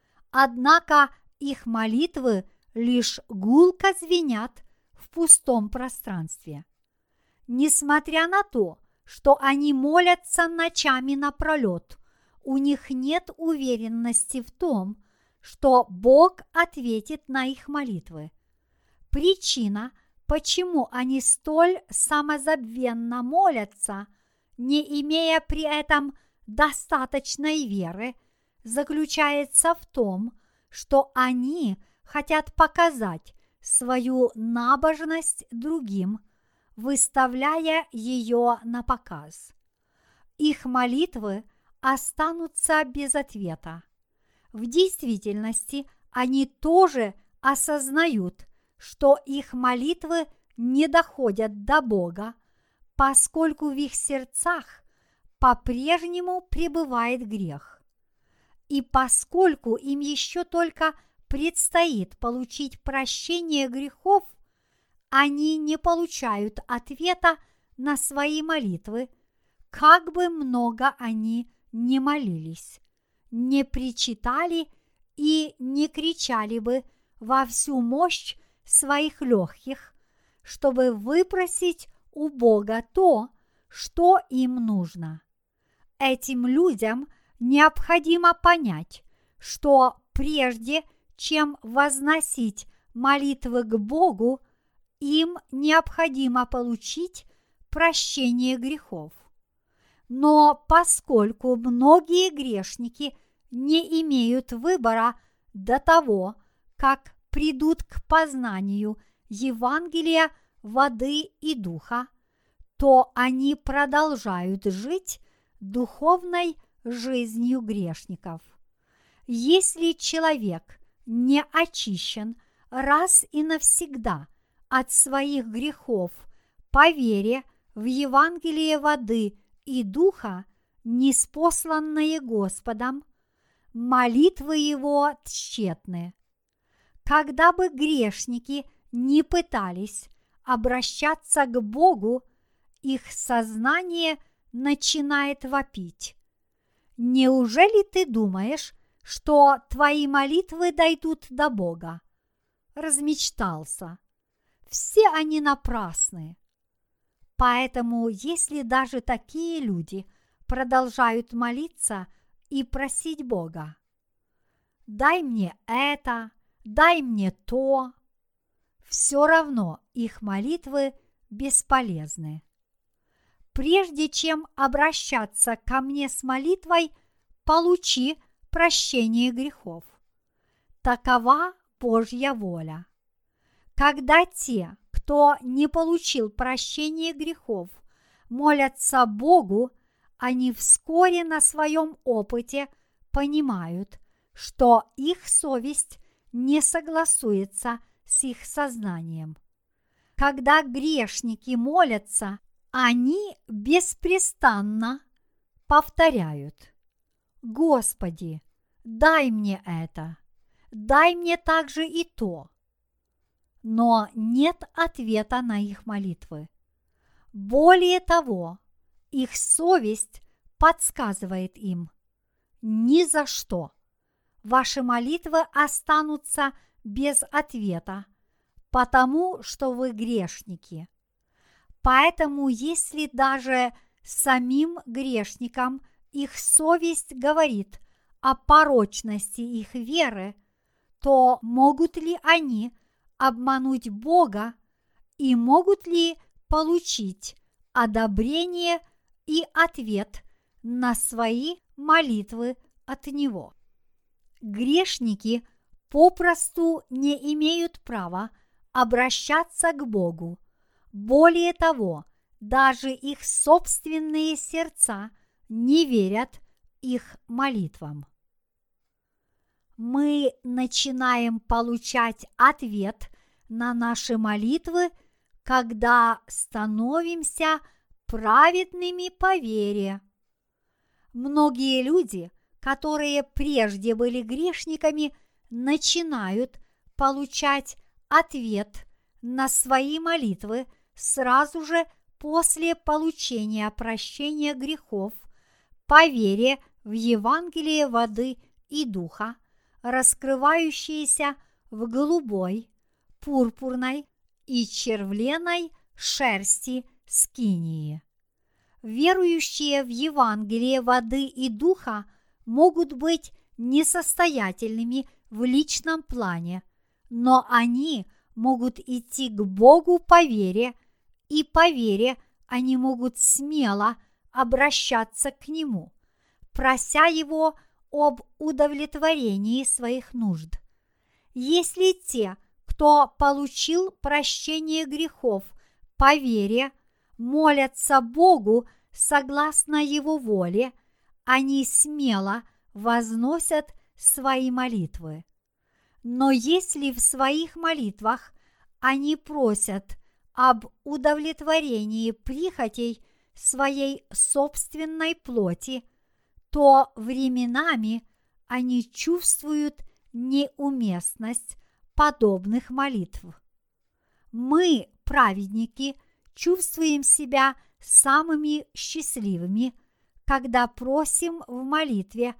Однако их молитвы лишь гулко звенят в пустом пространстве. Несмотря на то, что они молятся ночами напролет, у них нет уверенности в том, что Бог ответит на их молитвы. Причина, почему они столь самозабвенно молятся, не имея при этом достаточной веры, заключается в том, что они хотят показать свою набожность другим, выставляя ее на показ. Их молитвы останутся без ответа. В действительности они тоже осознают, что их молитвы не доходят до Бога, поскольку в их сердцах по-прежнему пребывает грех. И поскольку им еще только предстоит получить прощение грехов, они не получают ответа на свои молитвы, как бы много они ни молились, не причитали и не кричали бы во всю мощь своих легких, чтобы выпросить у Бога то, что им нужно. Этим людям необходимо понять, что прежде чем возносить молитвы к Богу, им необходимо получить прощение грехов. Но поскольку многие грешники не имеют выбора до того, как придут к познанию Евангелия воды и духа, то они продолжают жить духовной жизнью грешников. Если человек не очищен раз и навсегда от своих грехов по вере в Евангелие воды и духа, ниспосланное Господом, молитвы его тщетны. Когда бы грешники не пытались обращаться к Богу, их сознание начинает вопить. Неужели ты думаешь, что твои молитвы дойдут до Бога? Размечтался. Все они напрасны. Поэтому, если даже такие люди продолжают молиться и просить Бога, дай мне это, дай мне то, все равно их молитвы бесполезны. Прежде чем обращаться ко мне с молитвой, получи прощение грехов. Такова Божья воля. Когда те, кто не получил прощения грехов, молятся Богу, они вскоре на своем опыте понимают, что их совесть не согласуется с их сознанием. Когда грешники молятся, они беспрестанно повторяют: «Господи, дай мне это, дай мне также и то». Но нет ответа на их молитвы. Более того, их совесть подсказывает им: ни за что. Ваши молитвы останутся без ответа, потому что вы грешники. Поэтому, если даже самим грешникам их совесть говорит о порочности их веры, то могут ли они обмануть Бога и могут ли получить одобрение и ответ на свои молитвы от Него? Грешники попросту не имеют права обращаться к Богу. Более того, даже их собственные сердца не верят их молитвам. Мы начинаем получать ответ на наши молитвы, когда становимся праведными по вере. Многие люди, которые прежде были грешниками, начинают получать ответ на свои молитвы сразу же после получения прощения грехов по вере в Евангелие воды и духа, раскрывающиеся в голубой, пурпурной и червленой шерсти скинии. Верующие в Евангелие воды и духа могут быть несостоятельными в личном плане, но они могут идти к Богу по вере, и по вере они могут смело обращаться к Нему, прося Его об удовлетворении своих нужд. Если те, кто получил прощение грехов по вере, молятся Богу согласно Его воле, они смело возносят свои молитвы. Но если в своих молитвах они просят об удовлетворении прихотей своей собственной плоти, то временами они чувствуют неуместность подобных молитв. Мы, праведники, чувствуем себя самыми счастливыми, когда просим в молитве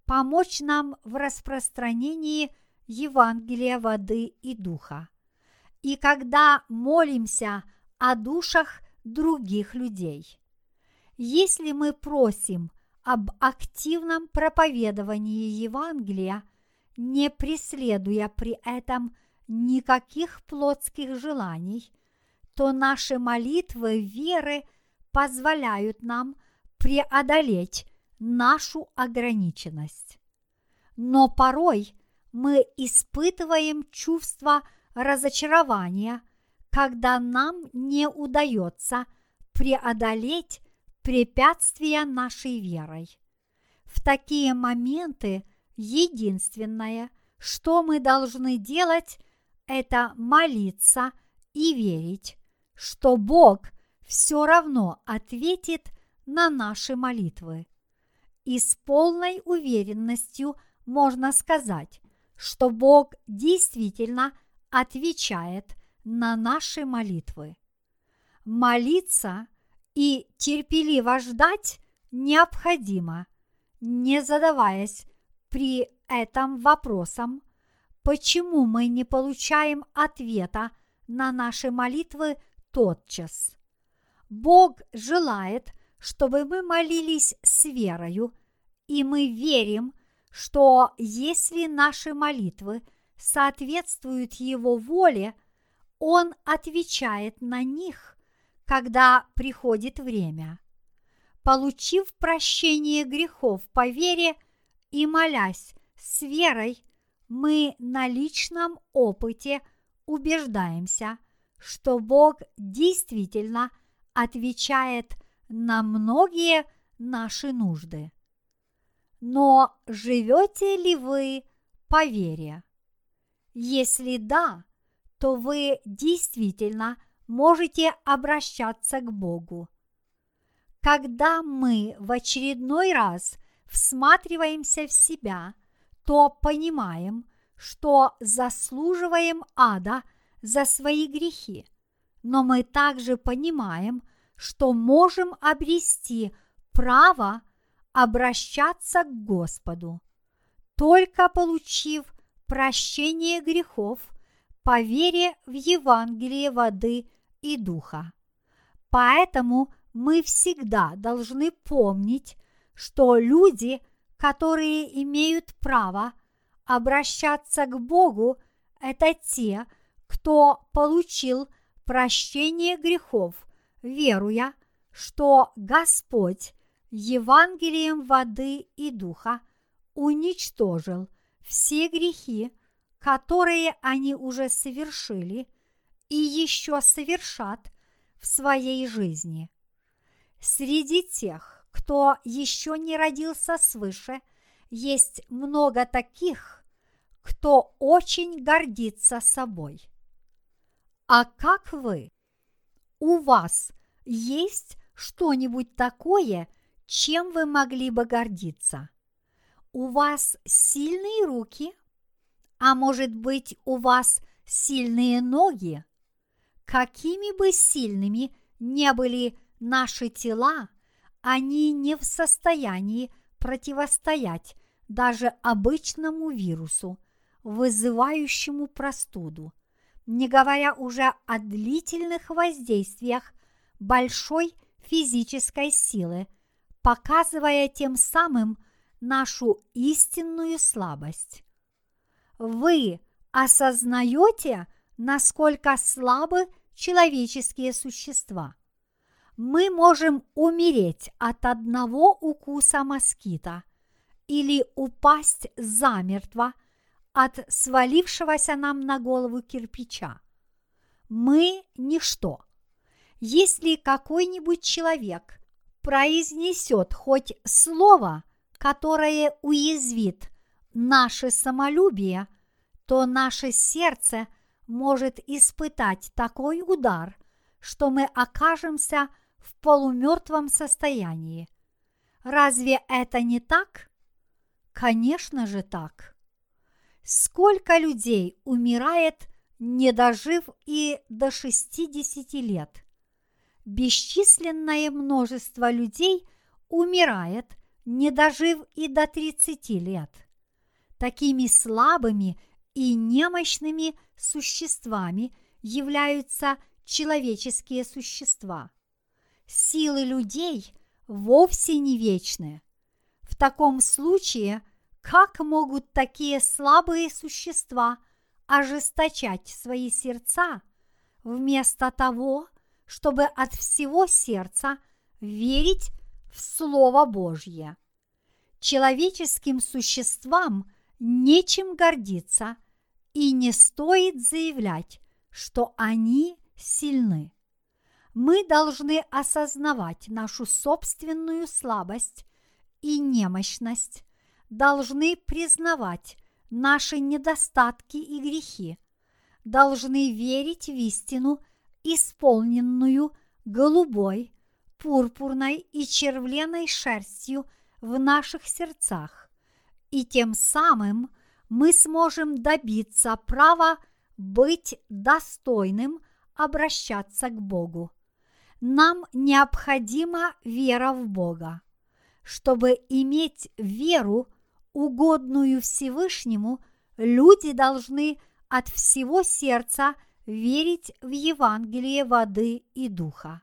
помочь нам в распространении Евангелия воды и духа. И когда молимся о душах других людей. Если мы просим об активном проповедовании Евангелия, не преследуя при этом никаких плотских желаний, то наши молитвы веры позволяют нам преодолеть нашу ограниченность. Но порой мы испытываем чувство разочарования, когда нам не удается преодолеть препятствия нашей верой. В такие моменты единственное, что мы должны делать, это молиться и верить, что Бог все равно ответит на наши молитвы. И с полной уверенностью можно сказать, что Бог действительно отвечает на наши молитвы. Молиться и терпеливо ждать необходимо, не задаваясь при этом вопросом, почему мы не получаем ответа на наши молитвы тотчас. Бог желает, чтобы мы молились с верою, и мы верим, что если наши молитвы соответствуют Его воле, Он отвечает на них, когда приходит время. Получив прощение грехов по вере и молясь с верой, мы на личном опыте убеждаемся, что Бог действительно отвечает на многие наши нужды. Но живете ли вы по вере? Если да, то вы действительно можете обращаться к Богу. Когда мы в очередной раз всматриваемся в себя, то понимаем, что заслуживаем ада за свои грехи, но мы также понимаем, что можем обрести право обращаться к Господу, только получив прощение грехов по вере в Евангелие воды и духа. Поэтому мы всегда должны помнить, что люди, которые имеют право обращаться к Богу, это те, кто получил прощение грехов, веруя, что Господь Евангелием воды и духа уничтожил все грехи, которые они уже совершили и еще совершат в своей жизни. Среди тех, кто еще не родился свыше, есть много таких, кто очень гордится собой. А как вы? У вас есть что-нибудь такое, чем вы могли бы гордиться? У вас сильные руки? А может быть, у вас сильные ноги? Какими бы сильными не были наши тела, они не в состоянии противостоять даже обычному вирусу, вызывающему простуду, не говоря уже о длительных воздействиях большой физической силы, показывая тем самым нашу истинную слабость. Вы осознаете, насколько слабы человеческие существа? Мы можем умереть от одного укуса москита или упасть замертво от свалившегося нам на голову кирпича. Мы – ничто. Если какой-нибудь человек произнесет хоть слово, которое уязвит наше самолюбие, то наше сердце может испытать такой удар, что мы окажемся в полумертвом состоянии. Разве это не так? Конечно же так. Сколько людей умирает, не дожив и до шестидесяти лет? Бесчисленное множество людей умирает, не дожив и до тридцати лет. Такими слабыми и немощными существами являются человеческие существа. Силы людей вовсе не вечны. В таком случае, как могут такие слабые существа ожесточать свои сердца, вместо того, чтобы от всего сердца верить в Слово Божье? Человеческим существам нечем гордиться, и не стоит заявлять, что они сильны. Мы должны осознавать нашу собственную слабость и немощность, должны признавать наши недостатки и грехи, должны верить в истину, исполненную голубой, пурпурной и червленой шерстью в наших сердцах, и тем самым мы сможем добиться права быть достойным обращаться к Богу. Нам необходима вера в Бога. Чтобы иметь веру, угодную Всевышнему, люди должны от всего сердца верить в Евангелие воды и духа.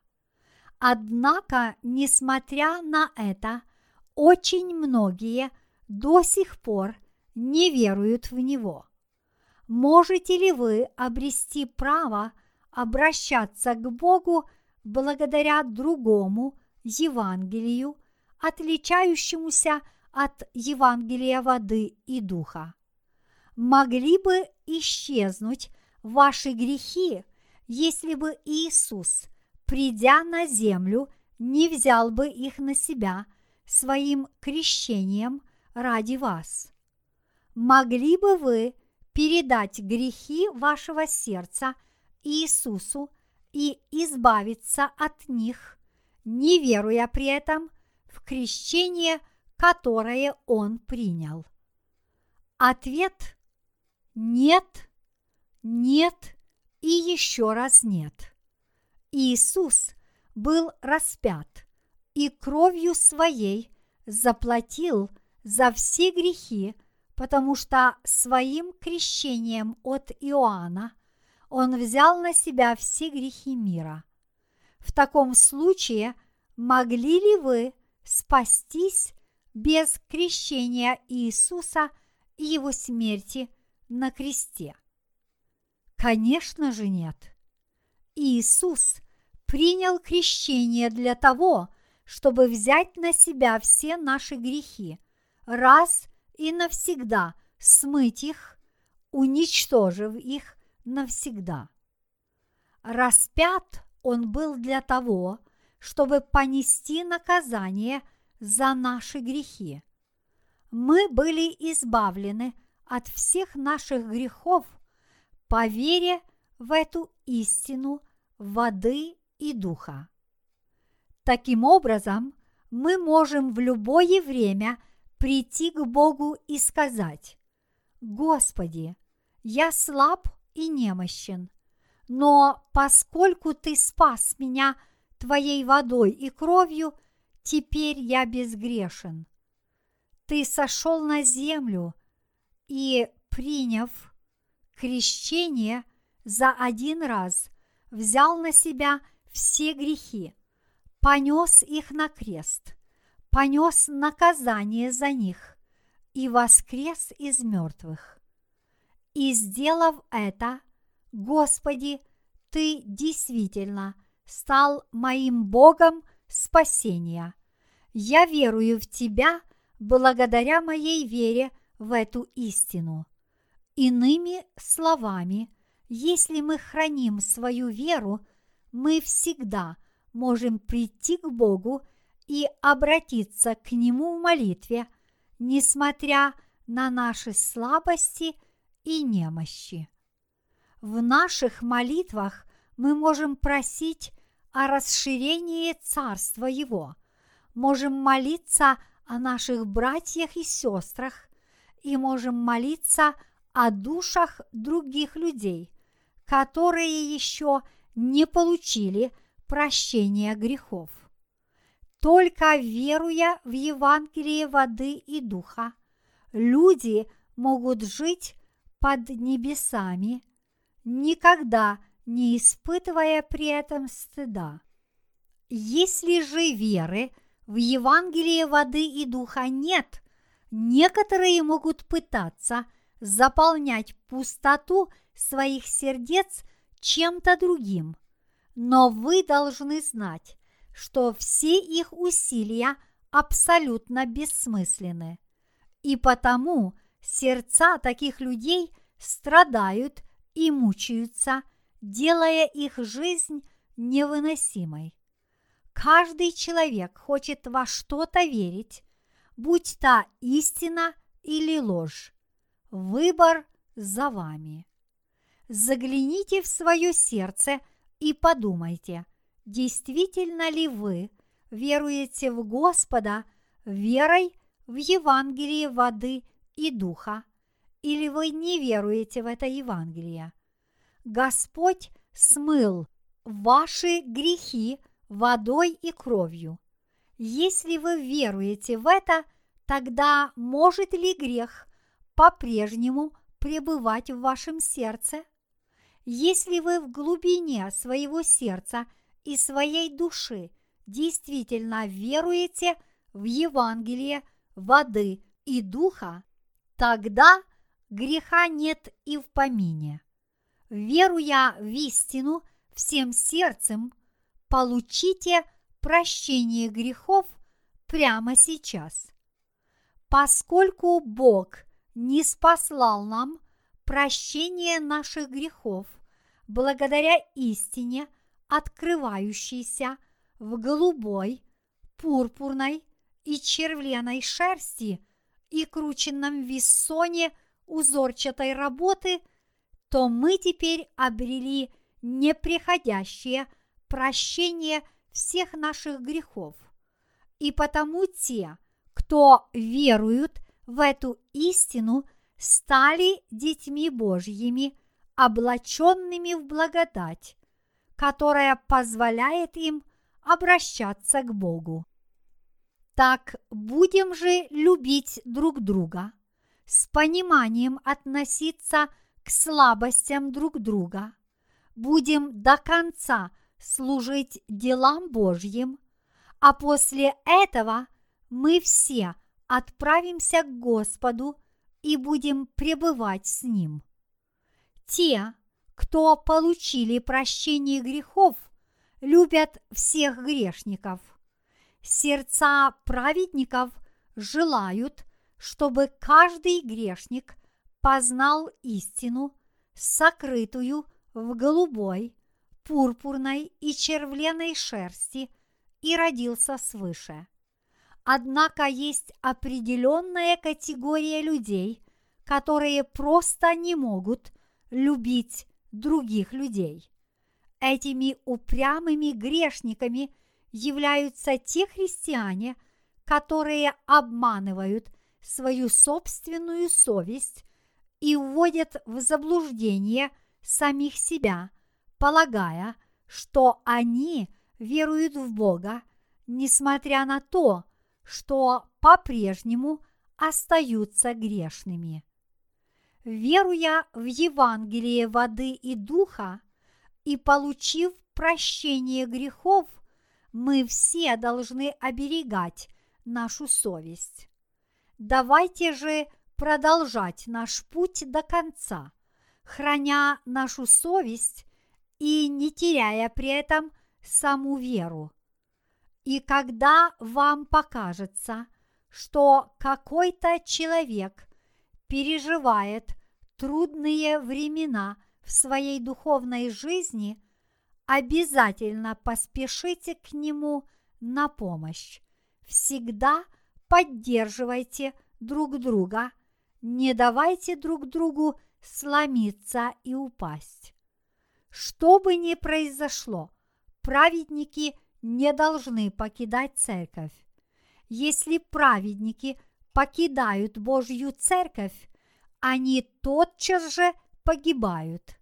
Однако, несмотря на это, очень многие до сих пор не веруют в него. Можете ли вы обрести право обращаться к Богу благодаря другому Евангелию, отличающемуся от Евангелия воды и духа? Могли бы исчезнуть ваши грехи, если бы Иисус, придя на землю, не взял бы их на себя своим крещением ради вас? Могли бы вы передать грехи вашего сердца Иисусу и избавиться от них, не веруя при этом в крещение, которое Он принял? Ответ – нет, нет и еще раз нет. Иисус был распят и кровью своей заплатил за все грехи, потому что своим крещением от Иоанна Он взял на себя все грехи мира. В таком случае могли ли вы спастись без крещения Иисуса и Его смерти на кресте? Конечно же нет. Иисус принял крещение для того, чтобы взять на себя все наши грехи, раз и навсегда смыть их, уничтожив их навсегда. Распят Он был для того, чтобы понести наказание за наши грехи. Мы были избавлены от всех наших грехов по вере в эту истину воды и духа. Таким образом, мы можем в любое время прийти к Богу и сказать: «Господи, я слаб и немощен, но поскольку Ты спас меня Твоей водой и кровью, теперь я безгрешен. Ты сошел на землю и, приняв крещение, за один раз взял на себя все грехи, понес их на крест, понес наказание за них и воскрес из мертвых. И сделав это, Господи, Ты действительно стал моим Богом спасения. Я верую в Тебя благодаря моей вере в эту истину. Иными словами, если мы храним свою веру, мы всегда можем прийти к Богу и обратиться к Нему в молитве, несмотря на наши слабости и немощи. В наших молитвах мы можем просить о расширении Царства Его, можем молиться о наших братьях и сестрах и можем молиться о душах других людей, которые еще не получили прощения грехов. Только веруя в Евангелие воды и духа, люди могут жить под небесами, никогда не испытывая при этом стыда. Если же веры в Евангелие воды и духа нет, некоторые могут пытаться заполнять пустоту своих сердец чем-то другим, но вы должны знать, что все их усилия абсолютно бессмысленны, и потому сердца таких людей страдают и мучаются, делая их жизнь невыносимой. Каждый человек хочет во что-то верить, будь то истина или ложь. Выбор за вами. Загляните в свое сердце и подумайте, действительно ли вы веруете в Господа верой в Евангелие воды и духа, или вы не веруете в это Евангелие. Господь смыл ваши грехи водой и кровью. Если вы веруете в это, тогда может ли грех по-прежнему пребывать в вашем сердце? Если вы в глубине своего сердца и своей души действительно веруете в Евангелие воды и духа, тогда греха нет и в помине. Веруя в истину всем сердцем, получите прощение грехов прямо сейчас. Поскольку Бог не спаслал нам прощение наших грехов благодаря истине, открывающейся в голубой, пурпурной и червленой шерсти и крученном вессоне узорчатой работы, то мы теперь обрели неприходящее прощение всех наших грехов. И потому те, кто веруют в эту истину, стали детьми Божьими, облаченными в благодать, которая позволяет им обращаться к Богу. Так будем же любить друг друга, с пониманием относиться к слабостям друг друга, будем до конца служить делам Божьим, а после этого мы все отправимся к Господу и будем пребывать с Ним. Те, кто получили прощение грехов, любят всех грешников. Сердца праведников желают, чтобы каждый грешник познал истину, сокрытую в голубой, пурпурной и червленой шерсти, и родился свыше. Однако есть определенная категория людей, которые просто не могут любить других людей. Этими упрямыми грешниками являются те христиане, которые обманывают свою собственную совесть и вводят в заблуждение самих себя, полагая, что они веруют в Бога, несмотря на то, что по-прежнему остаются грешными. Веруя в Евангелие воды и духа и получив прощение грехов, мы все должны оберегать нашу совесть. Давайте же продолжать наш путь до конца, храня нашу совесть и не теряя при этом саму веру. И когда вам покажется, что какой-то человек переживает трудные времена в своей духовной жизни, обязательно поспешите к нему на помощь. Всегда поддерживайте друг друга, не давайте друг другу сломиться и упасть. Что бы ни произошло, праведники не должны покидать церковь. Если праведники покидают Божью церковь, они тотчас же погибают.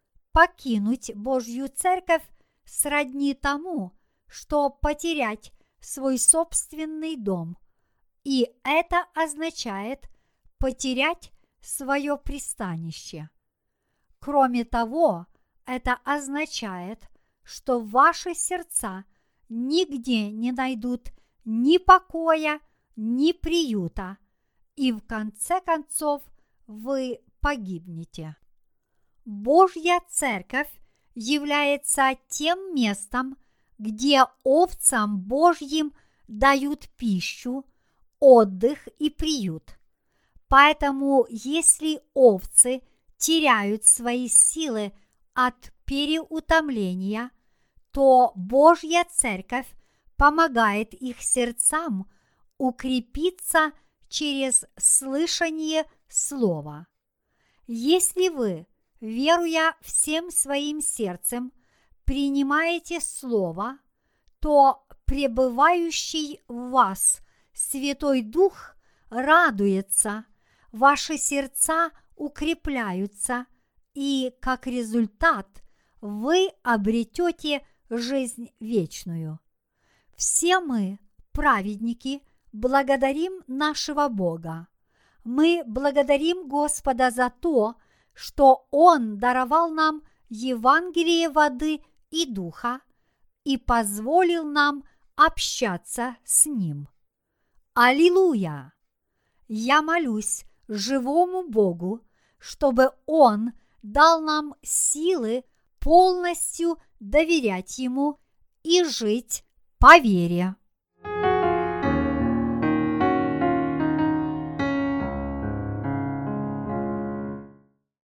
Покинуть Божью церковь сродни тому, что потерять свой собственный дом, и это означает потерять свое пристанище. Кроме того, это означает, что ваши сердца нигде не найдут ни покоя, ни приюта, и в конце концов вы погибнете. Божья Церковь является тем местом, где овцам Божьим дают пищу, отдых и приют. Поэтому, если овцы теряют свои силы от переутомления, то Божья Церковь помогает их сердцам укрепиться через слышание Слова. Если вы, веруя всем своим сердцем, принимаете Слово, то пребывающий в вас Святой Дух радуется, ваши сердца укрепляются, и, как результат, вы обретете жизнь вечную. Все мы, праведники, благодарим нашего Бога. Мы благодарим Господа за то, что Он даровал нам Евангелие воды и духа и позволил нам общаться с Ним. Аллилуйя! Я молюсь живому Богу, чтобы Он дал нам силы полностью доверять Ему и жить по вере.